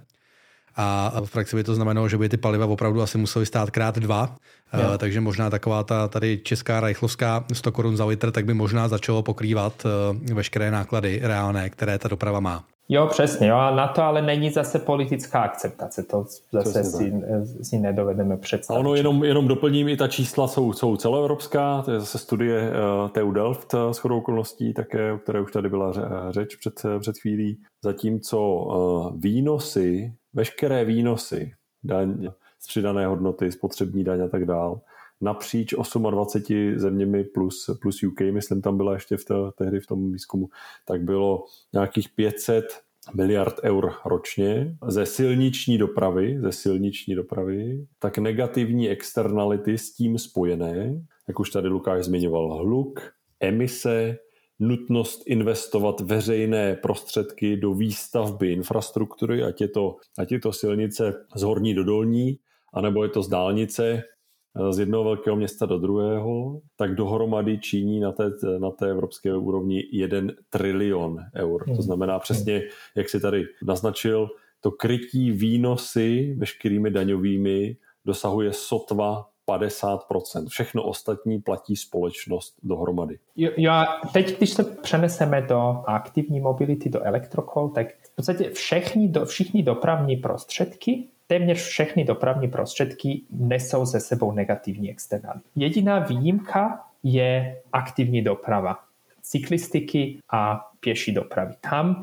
A v praxi by to znamenalo, že by ty paliva opravdu asi musely stát krát dva, uh, takže možná taková ta tady česká rajchlovská sto korun za litr, tak by možná začalo pokrývat uh, veškeré náklady reálné, které ta doprava má. Jo, přesně, jo, a na to ale není zase politická akceptace, to zase si, si nedovedeme představit. A ono jenom, jenom doplním, i ta čísla jsou, jsou celoevropská, to je zase studie uh, T U Delft shodou okolností, také, o které už tady byla řeč před, před chvílí, zatímco uh, výnosy, veškeré výnosy, daň z přidané hodnoty, spotřební daň a tak dál, napříč dvaceti osmi zeměmi plus, plus U K, myslím, tam byla ještě v té, tehdy v tom výzkumu, tak bylo nějakých pět set miliard eur ročně ze silniční dopravy, ze silniční dopravy, tak negativní externality s tím spojené, jak už tady Lukáš zmiňoval, hluk, emise, nutnost investovat veřejné prostředky do výstavby infrastruktury, ať je to, ať je to silnice z horní do dolní, anebo je to z dálnice z jednoho velkého města do druhého, tak dohromady činí na té, na té evropské úrovni jeden trilion eur. To znamená přesně, jak si tady naznačil, to krytí výnosy veškerými daňovými dosahuje sotva padesát procent. Všechno ostatní platí společnost dohromady. Jo, jo, teď, když se přeneseme do aktivní mobility, do Electrocall, tak v podstatě všechny, do, všichni dopravní prostředky, téměř všechny dopravní prostředky nesou ze sebou negativní externality. Jediná výjimka je aktivní doprava, cyklistiky a pěší dopravy. Tam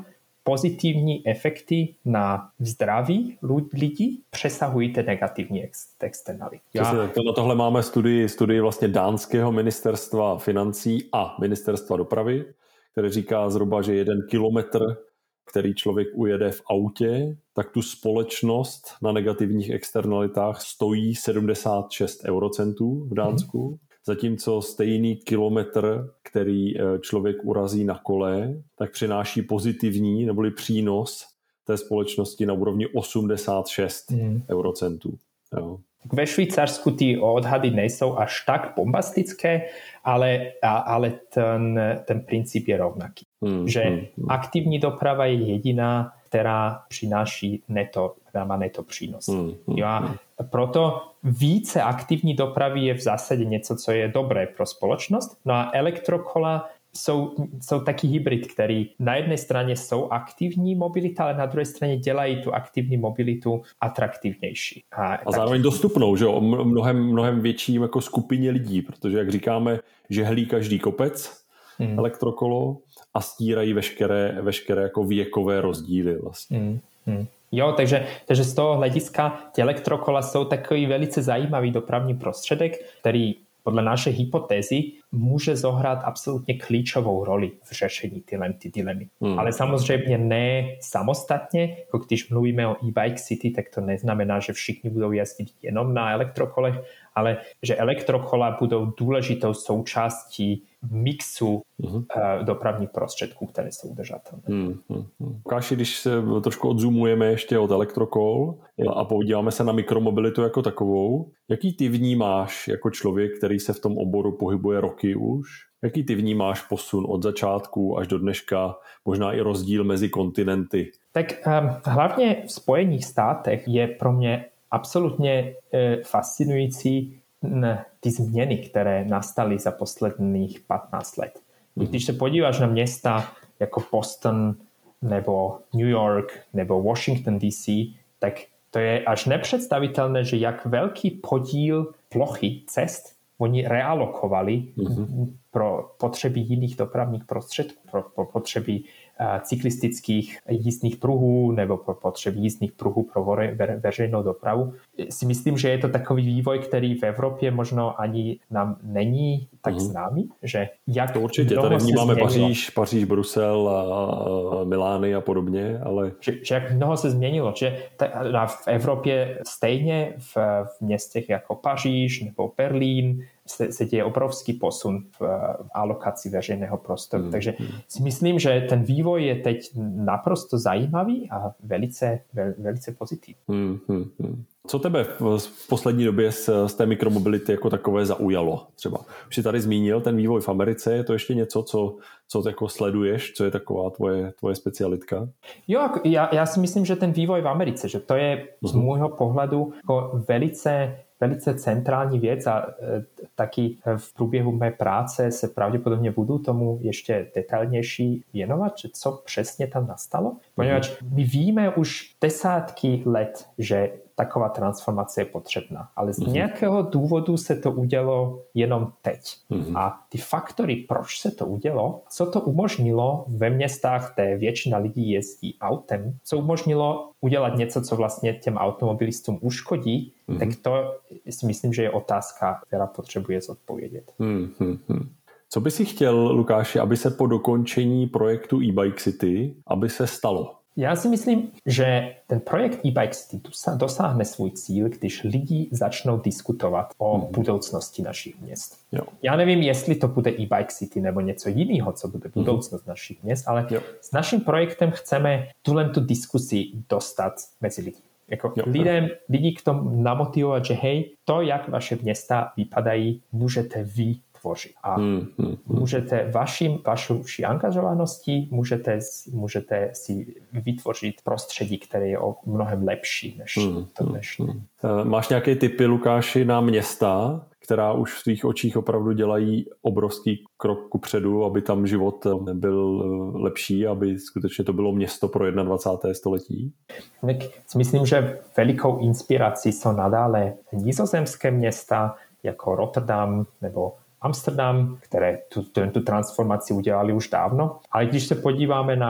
pozitivní efekty na zdraví lidí přesahují ty negativní externality. Já... To, na tohle máme studii, studii vlastně dánského ministerstva financí a ministerstva dopravy, které říká zhruba, že jeden kilometr, který člověk ujede v autě, tak tu společnost na negativních externalitách stojí sedmdesát šest eurocentů v Dánsku. Mm. Zatímco stejný kilometr, který člověk urazí na kole, tak přináší pozitivní neboli přínos té společnosti na úrovni osmdesát šest mm. eurocentů. Jo. Ve Švýcarsku ty odhady nejsou až tak bombastické, ale, ale ten, ten princip je rovnaký. Mm, že mm, mm. aktivní doprava je jediná, která přináší neto, která má neto přínos. Mm, mm, jo, a proto více aktivní dopravy je v zásadě něco, co je dobré pro společnost. No a elektrokola jsou, jsou taký hybrid, který na jedné straně jsou aktivní mobilita, ale na druhé straně dělají tu aktivní mobilitu atraktivnější. A, a zároveň tak... dostupnou, že jo, mnohem, mnohem větší jako skupině lidí, protože jak říkáme, žehlí každý kopec hmm. elektrokolo a stírají veškeré, veškeré jako věkové rozdíly vlastně. Hmm. Hmm. Jo, takže, takže z toho hlediska ty elektrokola jsou takový velice zajímavý dopravní prostředek, který podle naší hypotézy může zohrát absolutně klíčovou roli v řešení tyhle ty dilemy. Hmm. Ale samozřejmě ne samostatně, jako když mluvíme o e-bike city, tak to neznamená, že všichni budou jezdit jenom na elektrokolech, ale že elektrokola budou důležitou součástí mixu uh-huh. uh, dopravních prostředků, které jsou udržatelné. Hmm, hmm, hmm. Káši, když se trošku odzoomujeme ještě od elektrokol a podíváme se na mikromobilitu jako takovou, jaký ty vnímáš jako člověk, který se v tom oboru pohybuje roky už? Jaký ty vnímáš posun od začátku až do dneška, možná i rozdíl mezi kontinenty? Tak um, hlavně v Spojených státech je pro mě absolutně uh, fascinující ne, ty změny, které nastaly za posledních patnáct let. Mm-hmm. Když se podíváš na města jako Boston nebo New York nebo Washington D C, tak to je až nepředstavitelné, že jak velký podíl plochy cest oni realokovali mm-hmm. pro potřeby jiných dopravních prostředků, pro, pro potřeby uh, cyklistických jízdních pruhů nebo pro potřeby jízdních pruhů pro ve, ve, veřejnou dopravu. Si myslím, že je to takový vývoj, který v Evropě možno ani nám není tak mm-hmm. známý, že jak to určitě, tady vnímáme Paříž, Paříž, Brusel a Milány a podobně, ale... Že, že jak mnoho se změnilo, že ta, v Evropě stejně v, v městech jako Paříž nebo Berlín se, se děje obrovský posun v, v alokaci veřejného prostoru. Hmm. Takže si myslím, že ten vývoj je teď naprosto zajímavý a velice, vel, velice pozitivní. Hmm, hmm, hmm. Co tebe v poslední době z, z té mikromobility jako takové zaujalo? Třeba už jsi tady zmínil ten vývoj v Americe, je to ještě něco, co, co jako sleduješ, co je taková tvoje, tvoje specialitka? Jo, já, já si myslím, že ten vývoj v Americe, že to je z můjho pohledu jako velice velice centrální věc a e, taky v průběhu mé práce se pravděpodobně budu tomu ještě detailnější věnovat, že co přesně tam nastalo. Poněvadž my víme už desátky let, že taková transformace je potřebná, ale z nějakého důvodu se to udělo jenom teď. Mm-hmm. A ty faktory, proč se to udělo, co to umožnilo ve městách, kde většina lidí jezdí autem, co umožnilo udělat něco, co vlastně těm automobilistům uškodí, mm-hmm. tak to si myslím, že je otázka, která potřebuje zodpovědět. Mm-hmm. Co by si chtěl, Lukáši, aby se po dokončení projektu e-bike city, aby se stalo? Já si myslím, že ten projekt e-bike city dosáhne svůj cíl, když lidi začnou diskutovat o hmm. budoucnosti našich měst. Jo. Já nevím, jestli to bude e-bike city nebo něco jiného, co bude budoucnost hmm. našich měst, ale jo. s naším projektem chceme tuhle tu diskusi dostat mezi lidi. Jako jo, lidem, jo. lidi k tomu namotivovat, že hej, to, jak vaše města vypadají, můžete vy tvořit. A hmm, hmm, hmm. můžete vaším, vaší angažovanosti můžete, můžete si vytvořit prostředí, které je o mnohem lepší než hmm, to dnešní. Hmm. Máš nějaké tipy, Lukáši, na města, která už v tvých očích opravdu dělají obrovský krok kupředu, aby tam život byl lepší, aby skutečně to bylo město pro dvacátého prvního století? Tak si myslím, že velikou inspirací jsou nadále nizozemské města jako Rotterdam nebo Amsterdam, které tu, tu, tu transformaci udělali už dávno. Ale když se podíváme na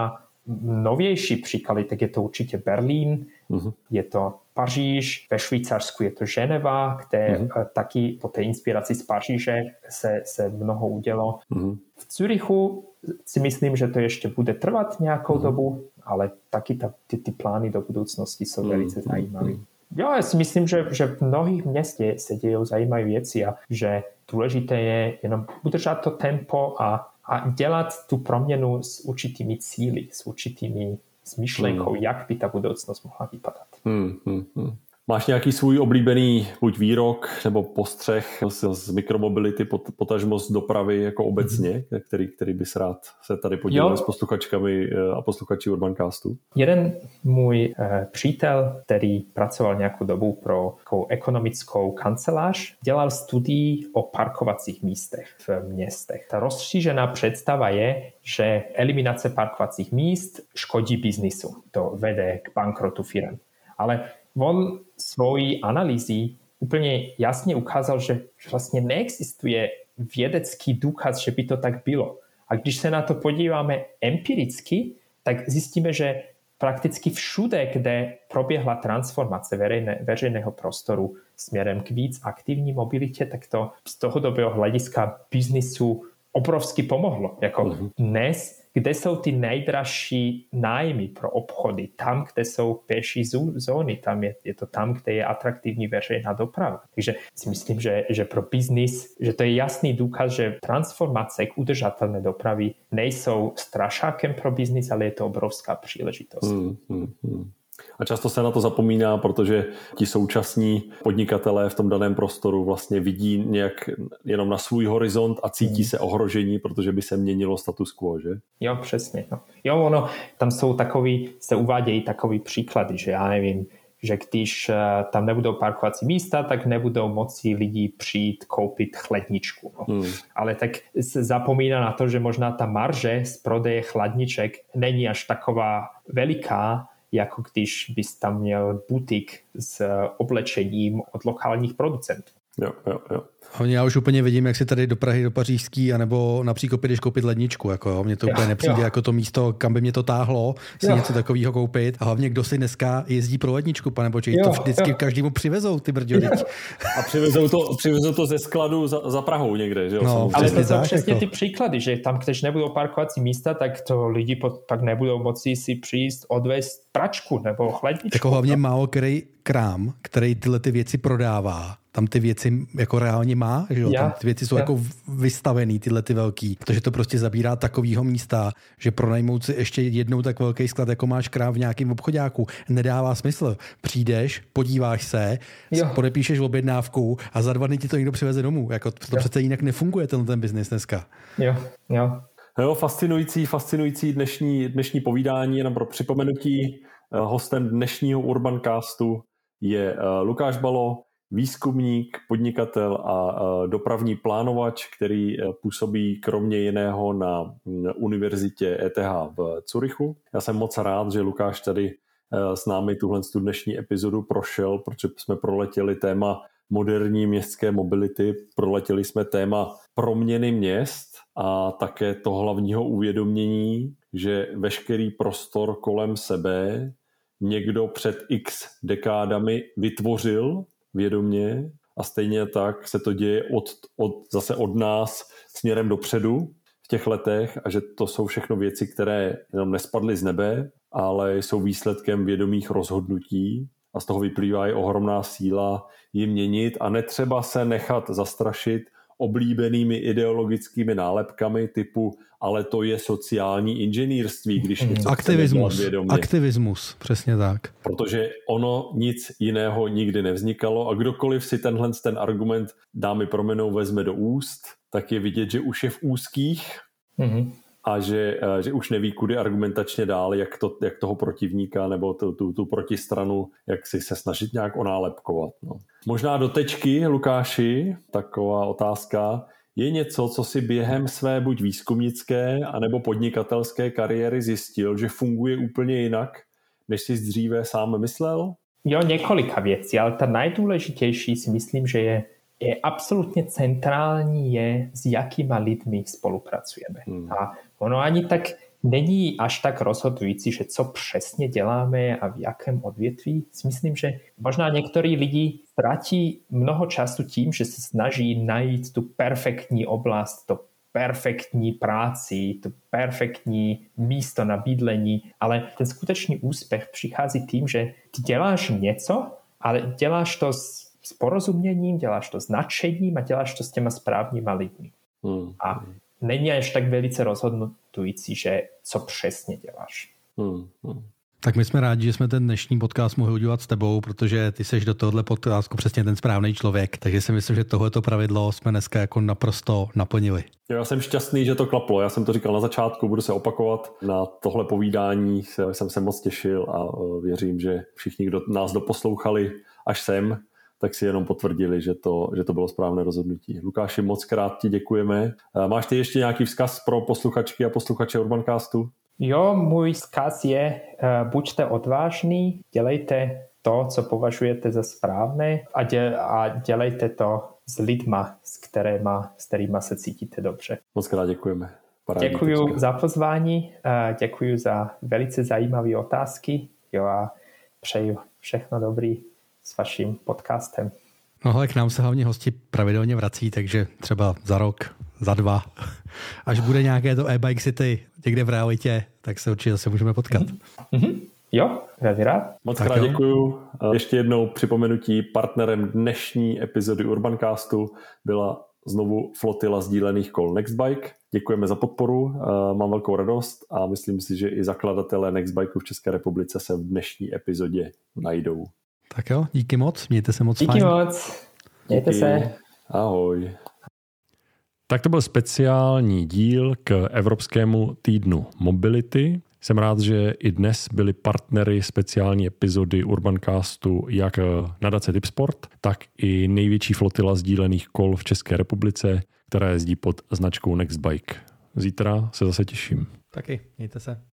novější příklady, tak je to určitě Berlín, uh-huh. je to Paříž, ve Švýcarsku je to Ženeva, kde uh-huh. taky po té inspiraci z Paříže se, se mnoho udělo. Uh-huh. V Zürichu si myslím, že to ještě bude trvat nějakou uh-huh. dobu, ale taky ta, ty, ty plány do budoucnosti jsou uh-huh. velice zajímavé. Uh-huh. Jo, já si myslím, že, že v mnohých městech se dějí zajímavé věci a že důležité je jenom udržet to tempo a, a dělat tu proměnu s určitými cíli, s určitými s myšlenkou, hmm. jak by ta budoucnost mohla vypadat. Hmm, hmm, hmm. Máš nějaký svůj oblíbený buď výrok nebo postřeh z, z mikromobility, potažmo z dopravy jako obecně, mm-hmm. který, který bys rád se tady podělil jo. s posluchačkami a posluchači Urbancastu? Jeden můj eh, přítel, který pracoval nějakou dobu pro takovou ekonomickou kancelář, dělal studii o parkovacích místech v městech. Ta rozšířená představa je, že eliminace parkovacích míst škodí biznisu. To vede k bankrotu firem. Ale on svojí analýzy úplně jasně ukázal, že vlastně neexistuje vědecký důkaz, že by to tak bylo. A když se na to podíváme empiricky, tak zjistíme, že prakticky všude, kde proběhla transformace veřejné, veřejného prostoru směrem k víc aktivní mobilitě, tak to z dlouhodobého hlediska biznisu obrovsky pomohlo. Jako uh-huh. dnes, kde jsou ty nejdražší nájmy pro obchody, tam, kde jsou pěší zóny, tam je, je to tam, kde je atraktivní veřejná doprava. Takže si myslím, že, že pro biznis, že to je jasný důkaz, že transformace k udržatelné dopravy nejsou strašákem pro biznis, ale je to obrovská příležitost. Hmm, hmm, hmm. A často se na to zapomíná, protože ti současní podnikatelé v tom daném prostoru vlastně vidí nějak jenom na svůj horizont a cítí hmm. se ohrožení, protože by se měnilo status quo, že? Jo, přesně. No. Jo, ono, tam jsou takový, se uvádějí takový příklady, že já nevím, že když uh, tam nebudou parkovací místa, tak nebudou moci lidi přijít koupit chladničku. No. Hmm. Ale tak se zapomíná na to, že možná ta marže z prodeje chladniček není až taková veliká, jako když bys tam měl butik s oblečením od lokálních producentů. Jo, jo, jo. Hlavně já už úplně vidím, jak si tady do Prahy, do Pařížský, anebo na Příkopě jdeš koupit ledničku. Jako, jo. Mně to jo, úplně nepřijde jo. jako to místo, kam by mě to táhlo, si jo. něco takového koupit. A hlavně kdo si dneska jezdí pro ledničku, pane Bočej, to vždycky jo. každému přivezou ty brďo. A přivezou to, přivezou to ze skladu za, za Prahou někde. Že jo? No, ale to jsou přesně jako ty příklady, že tam, když nebudou parkovací místa, tak to lidi pak nebudou moci si přijít odvést pračku nebo chladničku. Jako hlavně málo který krám, který tyhle ty věci prodává, tam ty věci jako reálně má, že jo? Tam ty věci jsou ja. jako vystavený, tyhle ty velký, protože to prostě zabírá takovýho místa, že pronajmout si ještě jednou tak velký sklad, jako máš krám v nějakém obchodáku, nedává smysl. Přijdeš, podíváš se, jo. podepíšeš objednávku a za dva dny ti to někdo přiveze domů. Jako to jo. přece jinak nefunguje ten, ten biznis dneska. Jo, jo. Jo, fascinující, fascinující dnešní, dnešní povídání, jenom pro připomenutí. Hostem dnešního Urbancastu je Lukáš Balo, výzkumník, podnikatel a dopravní plánovač, který působí kromě jiného na univerzitě E T H v Curychu. Já jsem moc rád, že Lukáš tady s námi tuhle dnešní epizodu prošel, protože jsme proletěli téma moderní městské mobility, proletěli jsme téma proměny měst a také to hlavního uvědomění, že veškerý prostor kolem sebe někdo před x dekádami vytvořil vědomě a stejně tak se to děje od, od, zase od nás směrem dopředu v těch letech a že to jsou všechno věci, které jenom nespadly z nebe, ale jsou výsledkem vědomých rozhodnutí a z toho vyplývá i ohromná síla ji měnit a netřeba se nechat zastrašit oblíbenými ideologickými nálepkami typu ale to je sociální inženýrství, když něco aktivismus, aktivismus, přesně tak. Protože ono nic jiného nikdy nevznikalo a kdokoliv si tenhle ten argument dámy promenou vezme do úst, tak je vidět, že už je v úzkých mm-hmm. a že, že už neví, kudy argumentačně dál, jak, to, jak toho protivníka nebo tu, tu, tu protistranu, jak si se snažit nějak onálepkovat. No. Možná do tečky, Lukáši, taková otázka. Je něco, co si během své buď výzkumnické, anebo podnikatelské kariéry zjistil, že funguje úplně jinak, než jsi dříve sám myslel? Jo, několika věcí, ale ta nejdůležitější si myslím, že je, je absolutně centrální, je s jakýma lidmi spolupracujeme. Hmm. A ono ani tak není až tak rozhodující, že co přesně děláme a v jakém odvětví. Myslím, že možná některý lidi ztratí mnoho času tím, že se snaží najít tu perfektní oblast, to perfektní práci, to perfektní místo na bydlení, ale ten skutečný úspěch přichází tím, že ty děláš něco, ale děláš to s, s porozuměním, děláš to s nadšením a děláš to s těma správnýma lidmi. Hmm. A není až tak velice rozhodnující, že co přesně děláš. Hmm. Hmm. Tak my jsme rádi, že jsme ten dnešní podcast mohli udělat s tebou, protože ty seš do tohohle podcastu přesně ten správný člověk. Takže si myslím, že tohleto pravidlo jsme dneska jako naprosto naplnili. Já jsem šťastný, že to klaplo. Já jsem to říkal na začátku, budu se opakovat. Na tohle povídání jsem se moc těšil a věřím, že všichni, kdo nás doposlouchali až sem, tak si jenom potvrdili, že to, že to bylo správné rozhodnutí. Lukáši, moc krát ti děkujeme. Máš ty ještě nějaký vzkaz pro posluchačky a posluchače Urbancastu? Jo, můj vzkaz je, uh, buďte odvážní, dělejte to, co považujete za správné a, děl, a dělejte to s lidma, s kterýma, s kterýma se cítíte dobře. Moc krát děkujeme. Děkuji za pozvání, uh, děkuji za velice zajímavé otázky, jo, a přeju všechno dobrý s vaším podcastem. No ale k nám se hlavně hosti pravidelně vrací, takže třeba za rok, za dva, až bude nějaké to e-bike city někde v realitě, tak se určitě zase můžeme potkat. Mm-hmm. Jo, velmi rád. Moc krát děkuju. Ještě jednou připomenutí, partnerem dnešní epizody Urbancastu byla znovu flotila sdílených kol Nextbike. Děkujeme za podporu, mám velkou radost a myslím si, že i zakladatelé Nextbikeu v České republice se v dnešní epizodě najdou. Tak jo, díky moc, mějte se moc díky fajn. Díky moc, mějte díky. se. Ahoj. Tak to byl speciální díl k Evropskému týdnu mobility. Jsem rád, že i dnes byli partnery speciální epizody Urbancastu jak nadace Tipsport, tak i největší flotila sdílených kol v České republice, která jezdí pod značkou Nextbike. Zítra se zase těším. Taky, mějte se.